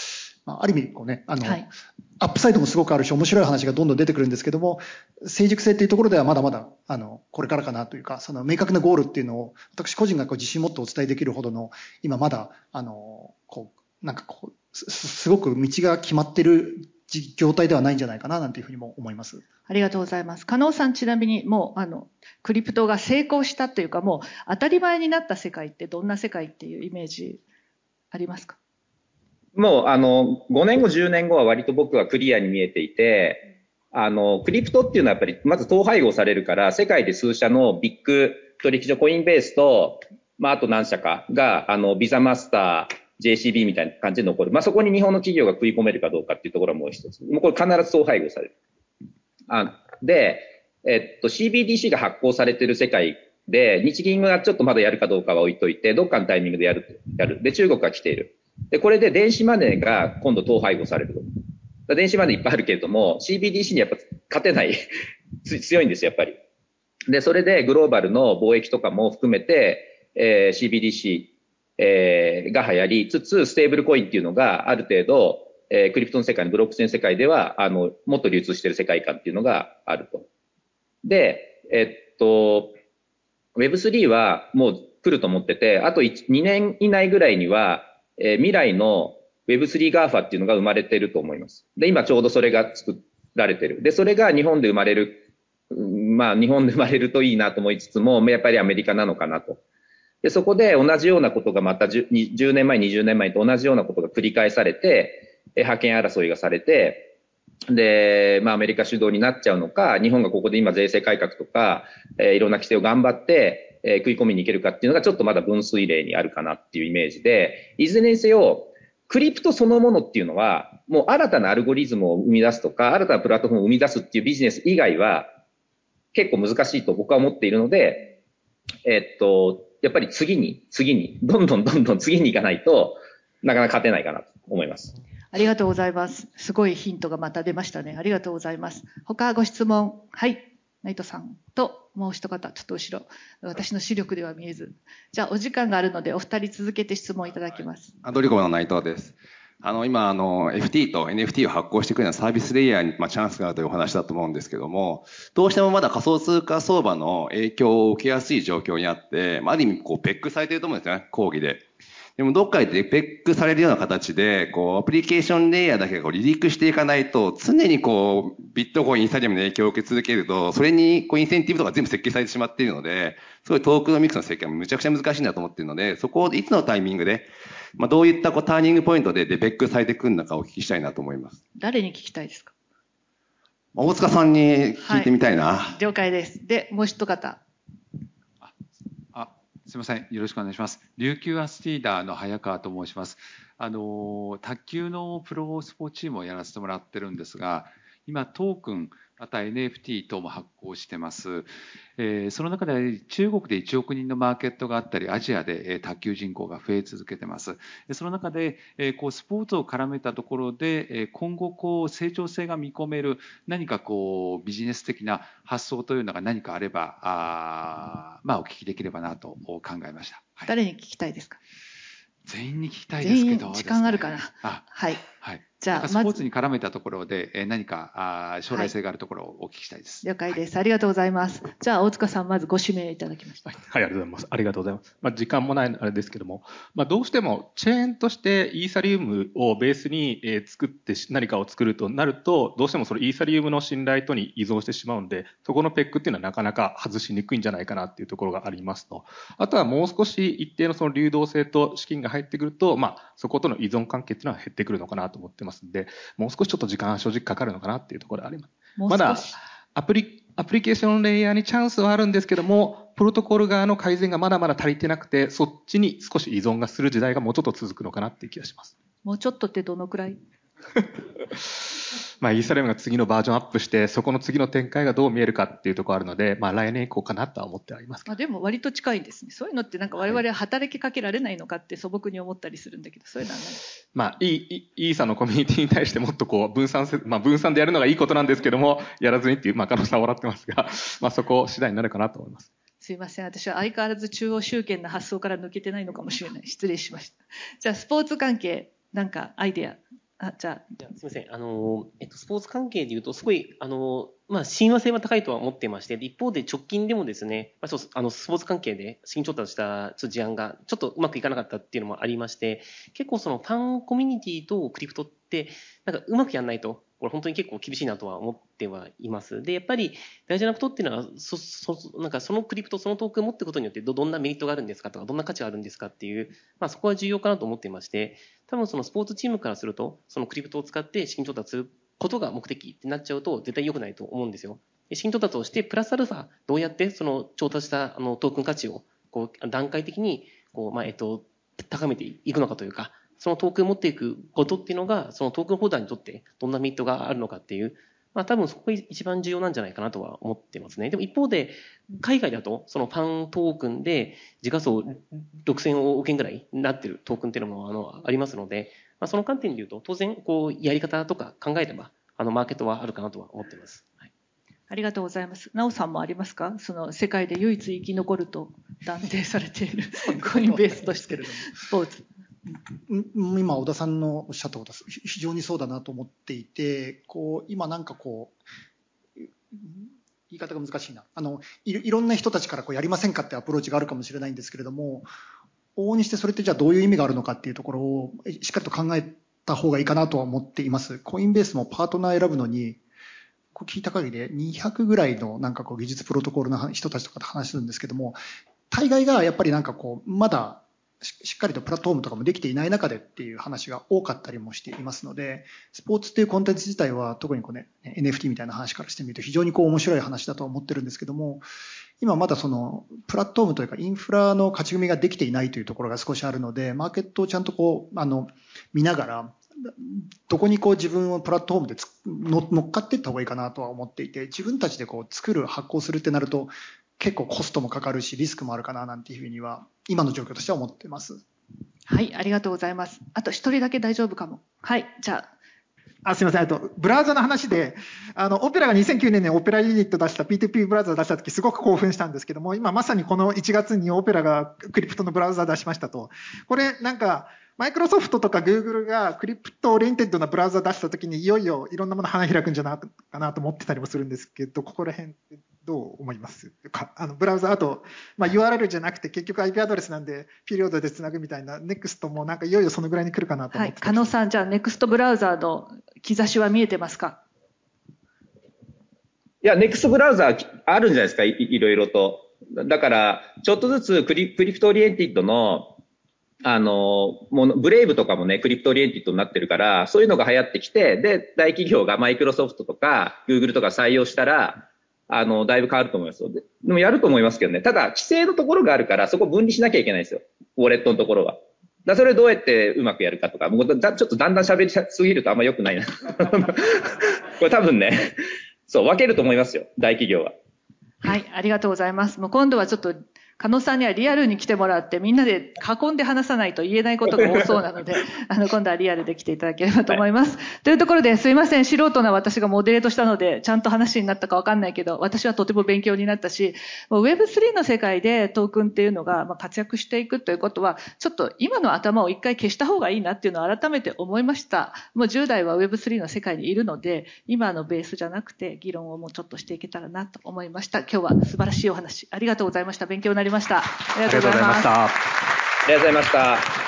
まあ、ある意味こうね、あの、 はい、 アップサイドもすごくあるし、面白い話がどんどん出てくるんですけども、成熟性っていうところではまだまだ、あの、これからかなというか、その明確なゴールっていうのを、私個人がこう自信持ってお伝えできるほどの、今まだ、あの、こう、なんかこう、す, すごく道が決まってる業態ではないんじゃないかな、なんていうふうにも思います。 ありがとうございます。加納さん、ちなみにもう、あの、クリプトが成功したというか、もう当たり前になった世界ってどんな世界っていうイメージありますか？ もう、あの、ごねんご、じゅうねんごは割と僕はクリアに見えていて、あの、クリプトっていうのはやっぱり、まず統廃合されるから、世界で数社のビッグ取引所、コインベースと、まあ、あと何社かが、あの、ビザマスター、ジェーシービー みたいな感じで残る。まあ、そこに日本の企業が食い込めるかどうかっていうところはもう一つ。もうこれ必ず統廃合される。あで、えっと、シービーディーシー が発行されてる世界で、日銀がちょっとまだやるかどうかは置いといて、どっかのタイミングでやる、やる。で、中国が来ている。で、これで電子マネーが今度統廃合されると。電子マネーいっぱいあるけれども、シービーディーシー にやっぱ勝てない、強いんですよ、やっぱり。で、それでグローバルの貿易とかも含めて、えー、シービーディーシー、えー、が流行りつつ、ステーブルコインっていうのがある程度、えー、クリプトの世界のブロックチェーン世界では、あの、もっと流通している世界観っていうのがあると。で、えっと、ウェブスリー はもう来ると思ってて、あとにねん以内ぐらいには、えー、未来の ウェブスリー ガーファ っていうのが生まれてると思います。で、今ちょうどそれが作られてる。で、それが日本で生まれる。まあ、日本で生まれるといいなと思いつつも、やっぱりアメリカなのかなと。で、そこで同じようなことがまた 10, じゅうねんまえ、にじゅうねんまえと同じようなことが繰り返されて、覇権争いがされて、で、まあアメリカ主導になっちゃうのか、日本がここで今税制改革とか、えー、いろんな規制を頑張って、えー、食い込みに行けるかっていうのがちょっとまだ分水嶺にあるかなっていうイメージで、いずれにせよ、クリプトそのものっていうのは、もう新たなアルゴリズムを生み出すとか、新たなプラットフォームを生み出すっていうビジネス以外は、結構難しいと僕は思っているので、えっと、やっぱり次に、次に、どんどんどんどん次に行かないとなかなか勝てないかなと思います。 ありがとうございます。すごいヒントがまた出ましたね。ありがとうございます。他ご質問。はい。ナイトさんともう一方、ちょっと後ろ。私の視力では見えず。じゃあお時間があるのでお二人続けて質問いただきます。 アドリコの内藤です。あの、今、あの、エフティー と エヌエフティー を発行してくるようなサービスレイヤーに、まあ、チャンスがあるというお話だと思うんですけども、どうしてもまだ仮想通貨相場の影響を受けやすい状況にあって、まあ、ある意味、こう、ペックされていると思うんですよね、講義で。でも、どっかでペックされるような形で、こう、アプリケーションレイヤーだけがこう離陸していかないと、常にこう、ビットコイン、イーサリアムの影響を受け続けると、それに、こう、インセンティブとか全部設計されてしまっているので、すごいトークのミックスの設計がむちゃくちゃ難しいんだと思っているので、そこをいつのタイミングで、まあ、どういったこうターニングポイントでデペックされてくるのかお聞きしたいなと思います。 誰に聞きたいですか？ 大塚さんに聞いてみたいな。 はい、了解です。で、もう一方。 あ、あすみません。よろしくお願いします。琉球アスティーダーの早川と申します。あの、卓球のプロスポーツチームをやらせてもらってるんですが、今トークン、また エヌエフティー 等も発行してます。えー、その中で中国でいちおくにんのマーケットがあったり、アジアで、えー、卓球人口が増え続けてます。その中で、えー、こうスポーツを絡めたところで、えー、今後こう成長性が見込める何かこうビジネス的な発想というのが何かあれば、あまあお聞きできればなと考えました。 はい、誰に聞きたいですか？ 全員に聞きたいですけど、 全員時間あるかな。 あ、 はい。 はい。 じゃあ、 スポーツに絡めたところで何か将来性があるところをお聞きしたいです。 はい、了解です。ありがとうございます。じゃあ、大塚さん、まずご指名いただきました。 はい、はい、ありがとうございます。ありがとうございます。まあ、時間もないあれですけども、まあ、どうしてもチェーンとしてイーサリウムをベースに作って何かを作るとなると、どうしてもそのイーサリウムの信頼とに依存してしまうので、そこのペックっていうのはなかなか外しにくいんじゃないかなっていうところがありますと。あとはもう少し一定のその流動性と資金が入ってくると、まあ、そことの依存関係っていうのは減ってくるのかなと思ってますんで、もう少しちょっと時間は正直かかるのかなっていうところがあります。まだアプリ、アプリケーションレイヤーにチャンスはあるんですけども、プロトコル側の改善がまだまだ足りてなくて、そっちに少し依存がする時代がもうちょっと続くのかなっていう気がします。 もうちょっとってどのくらい？ まあ、イーサリアムが次のバージョンアップして、そこの次の展開がどう見えるかっていうところあるので、まあ、来年以降かなとは思ってありますけど。 あ、でも割と近いですね。そういうのってなんか我々は働きかけられないのかって素朴に思ったりするんだけど、そういうのは何？ まあ、いい、イーサのコミュニティに対してもっとこう、分散せ、まあ、分散でやるのがいいことなんですけども、やらずにっていう、まあ、可能性は笑ってますが、まあ、そこ次第になるかなと思います。 すいません。私は相変わらず中央集権の発想から抜けてないのかもしれない。失礼しました。じゃあ、スポーツ関係、なんかアイデアあ、じゃあ。 じゃあすみません。あの、えっと、スポーツ関係で言うと、すごい、あの、まあ、親和性は高いとは思ってまして、一方で直近でもですね、まあ、そうあのスポーツ関係で資金調達した事案がちょっとうまくいかなかったっていうのもありまして、結構そのファンコミュニティとクリプトって、なんかうまくやんないと、これ本当に結構厳しいなとは思ってはいます。で、やっぱり大事なことっていうのは、そ、そ、なんかそのクリプト、そのトークンを持っていくことによってど、どんなメリットがあるんですかとか、どんな価値があるんですかっていう、まあそこは重要かなと思っていまして、多分そのスポーツチームからすると、そのクリプトを使って資金調達することが目的ってなっちゃうと、絶対良くないと思うんですよ。資金調達をして、プラスアルファ、どうやってその調達したあのトークン価値を、こう、段階的に、こう、まあ、えっと、高めていくのかというか、そのトークンを持っていくことっていうのが、そのトークンホルダーにとってどんなメリットがあるのかっていう、まあ多分そこが一番重要なんじゃないかなとは思ってますね。でも一方で、海外だと、そのファントークンで時価総ろくせんおくえんぐらいになってるトークンっていうのもあのありますので、まあ、その観点で言うと、当然、こう、やり方とか考えれば、あの、マーケットはあるかなとは思っています。はい、 ありがとうございます。なおさんもありますか？その世界で唯一生き残ると断定されているコインベースとしてスポーツ。 今、小田さんのおっしゃったことは非常にそうだなと思っていて、こう、今なんかこう、言い方が難しいな。あの、い, いろんな人たちからこうやりませんかってアプローチがあるかもしれないんですけれども、往々にしてそれってじゃあどういう意味があるのかっていうところをしっかりと考えた方がいいかなとは思っています。コインベースもパートナー選ぶのに、こう聞いた限りでにひゃくぐらいのなんかこう技術プロトコルの人たちとかと話するんですけども、大概がやっぱりなんかこう、まだしっかりとプラットフォームとかもできていない中でっていう話が多かったりもしていますので、スポーツっていうコンテンツ自体は特にこうね、エヌエフティー みたいな話からしてみると非常にこう面白い話だと思ってるんですけども、今まだそのプラットフォームというかインフラの勝ち組みができていないというところが少しあるので、マーケットをちゃんとこう、あの、見ながら、どこにこう自分をプラットフォームでつの乗っかっていった方がいいかなとは思っていて、自分たちでこう作る、発行するってなると結構コストもかかるしリスクもあるかななんていうふうには今の状況としては思ってます。 はい、ありがとうございます。あと一人だけ大丈夫かも。はい、じゃあ。あ、すみません。あと、ブラウザの話で、あの、オペラがにせんきゅうねんにオペラユニット出した ピーツーピー ブラウザ出したときすごく興奮したんですけども、今まさにこのいちがつにオペラがクリプトのブラウザ出しましたと。これ、なんか、マイクロソフトとかグーグルがクリプトオリエンテッドなブラウザ出したときにいよいよいろんなもの花開くんじゃないかなと思ってたりもするんですけど、ここら辺ってどう思いますか？あの、ブラウザ、あと、まあ、ユーアールエル じゃなくて結局 アイピー アドレスなんで、ピリオドでつなぐみたいな、ネクストもなんかいよいよそのぐらいに来るかなと思ってたり。 はい、加納さん、じゃあネクストブラウザの兆しは見えてますか？ いや、ネクストブラウザあるんじゃないですか、い, いろいろと。だから、ちょっとずつクリ、クリプトオリエンティッドの、あの、もの、ブレイブとかもね、クリプトオリエンティッドになってるから、そういうのが流行ってきて、で、大企業がマイクロソフトとか、グーグルとか採用したら、あの、だいぶ変わると思いますよ。で、でもやると思いますけどね。ただ、規制のところがあるから、そこ分離しなきゃいけないんですよ。ウォレットのところは。だそれどうやってうまくやるかとか、もうだちょっとだんだん喋りすぎるとあんま良くないな。これ多分ね、そう、分けると思いますよ、大企業は。 はい、ありがとうございます。もう今度はちょっと、加納さんにはリアルに来てもらって、みんなで囲んで話さないと言えないことが多そうなので、あの、今度はリアルで来ていただければと思います。はい、というところで、すいません、素人な私がモデレートしたので、ちゃんと話になったかわかんないけど、私はとても勉強になったし、ウェブスリー の世界でトークンっていうのが活躍していくということは、ちょっと今の頭を一回消した方がいいなっていうのを改めて思いました。もうじゅう代は ウェブスリー の世界にいるので、今のベースじゃなくて、議論をもうちょっとしていけたらなと思いました。今日は素晴らしいお話、ありがとうございました。勉強になりました。ありがとうございました。 ありがとうございました。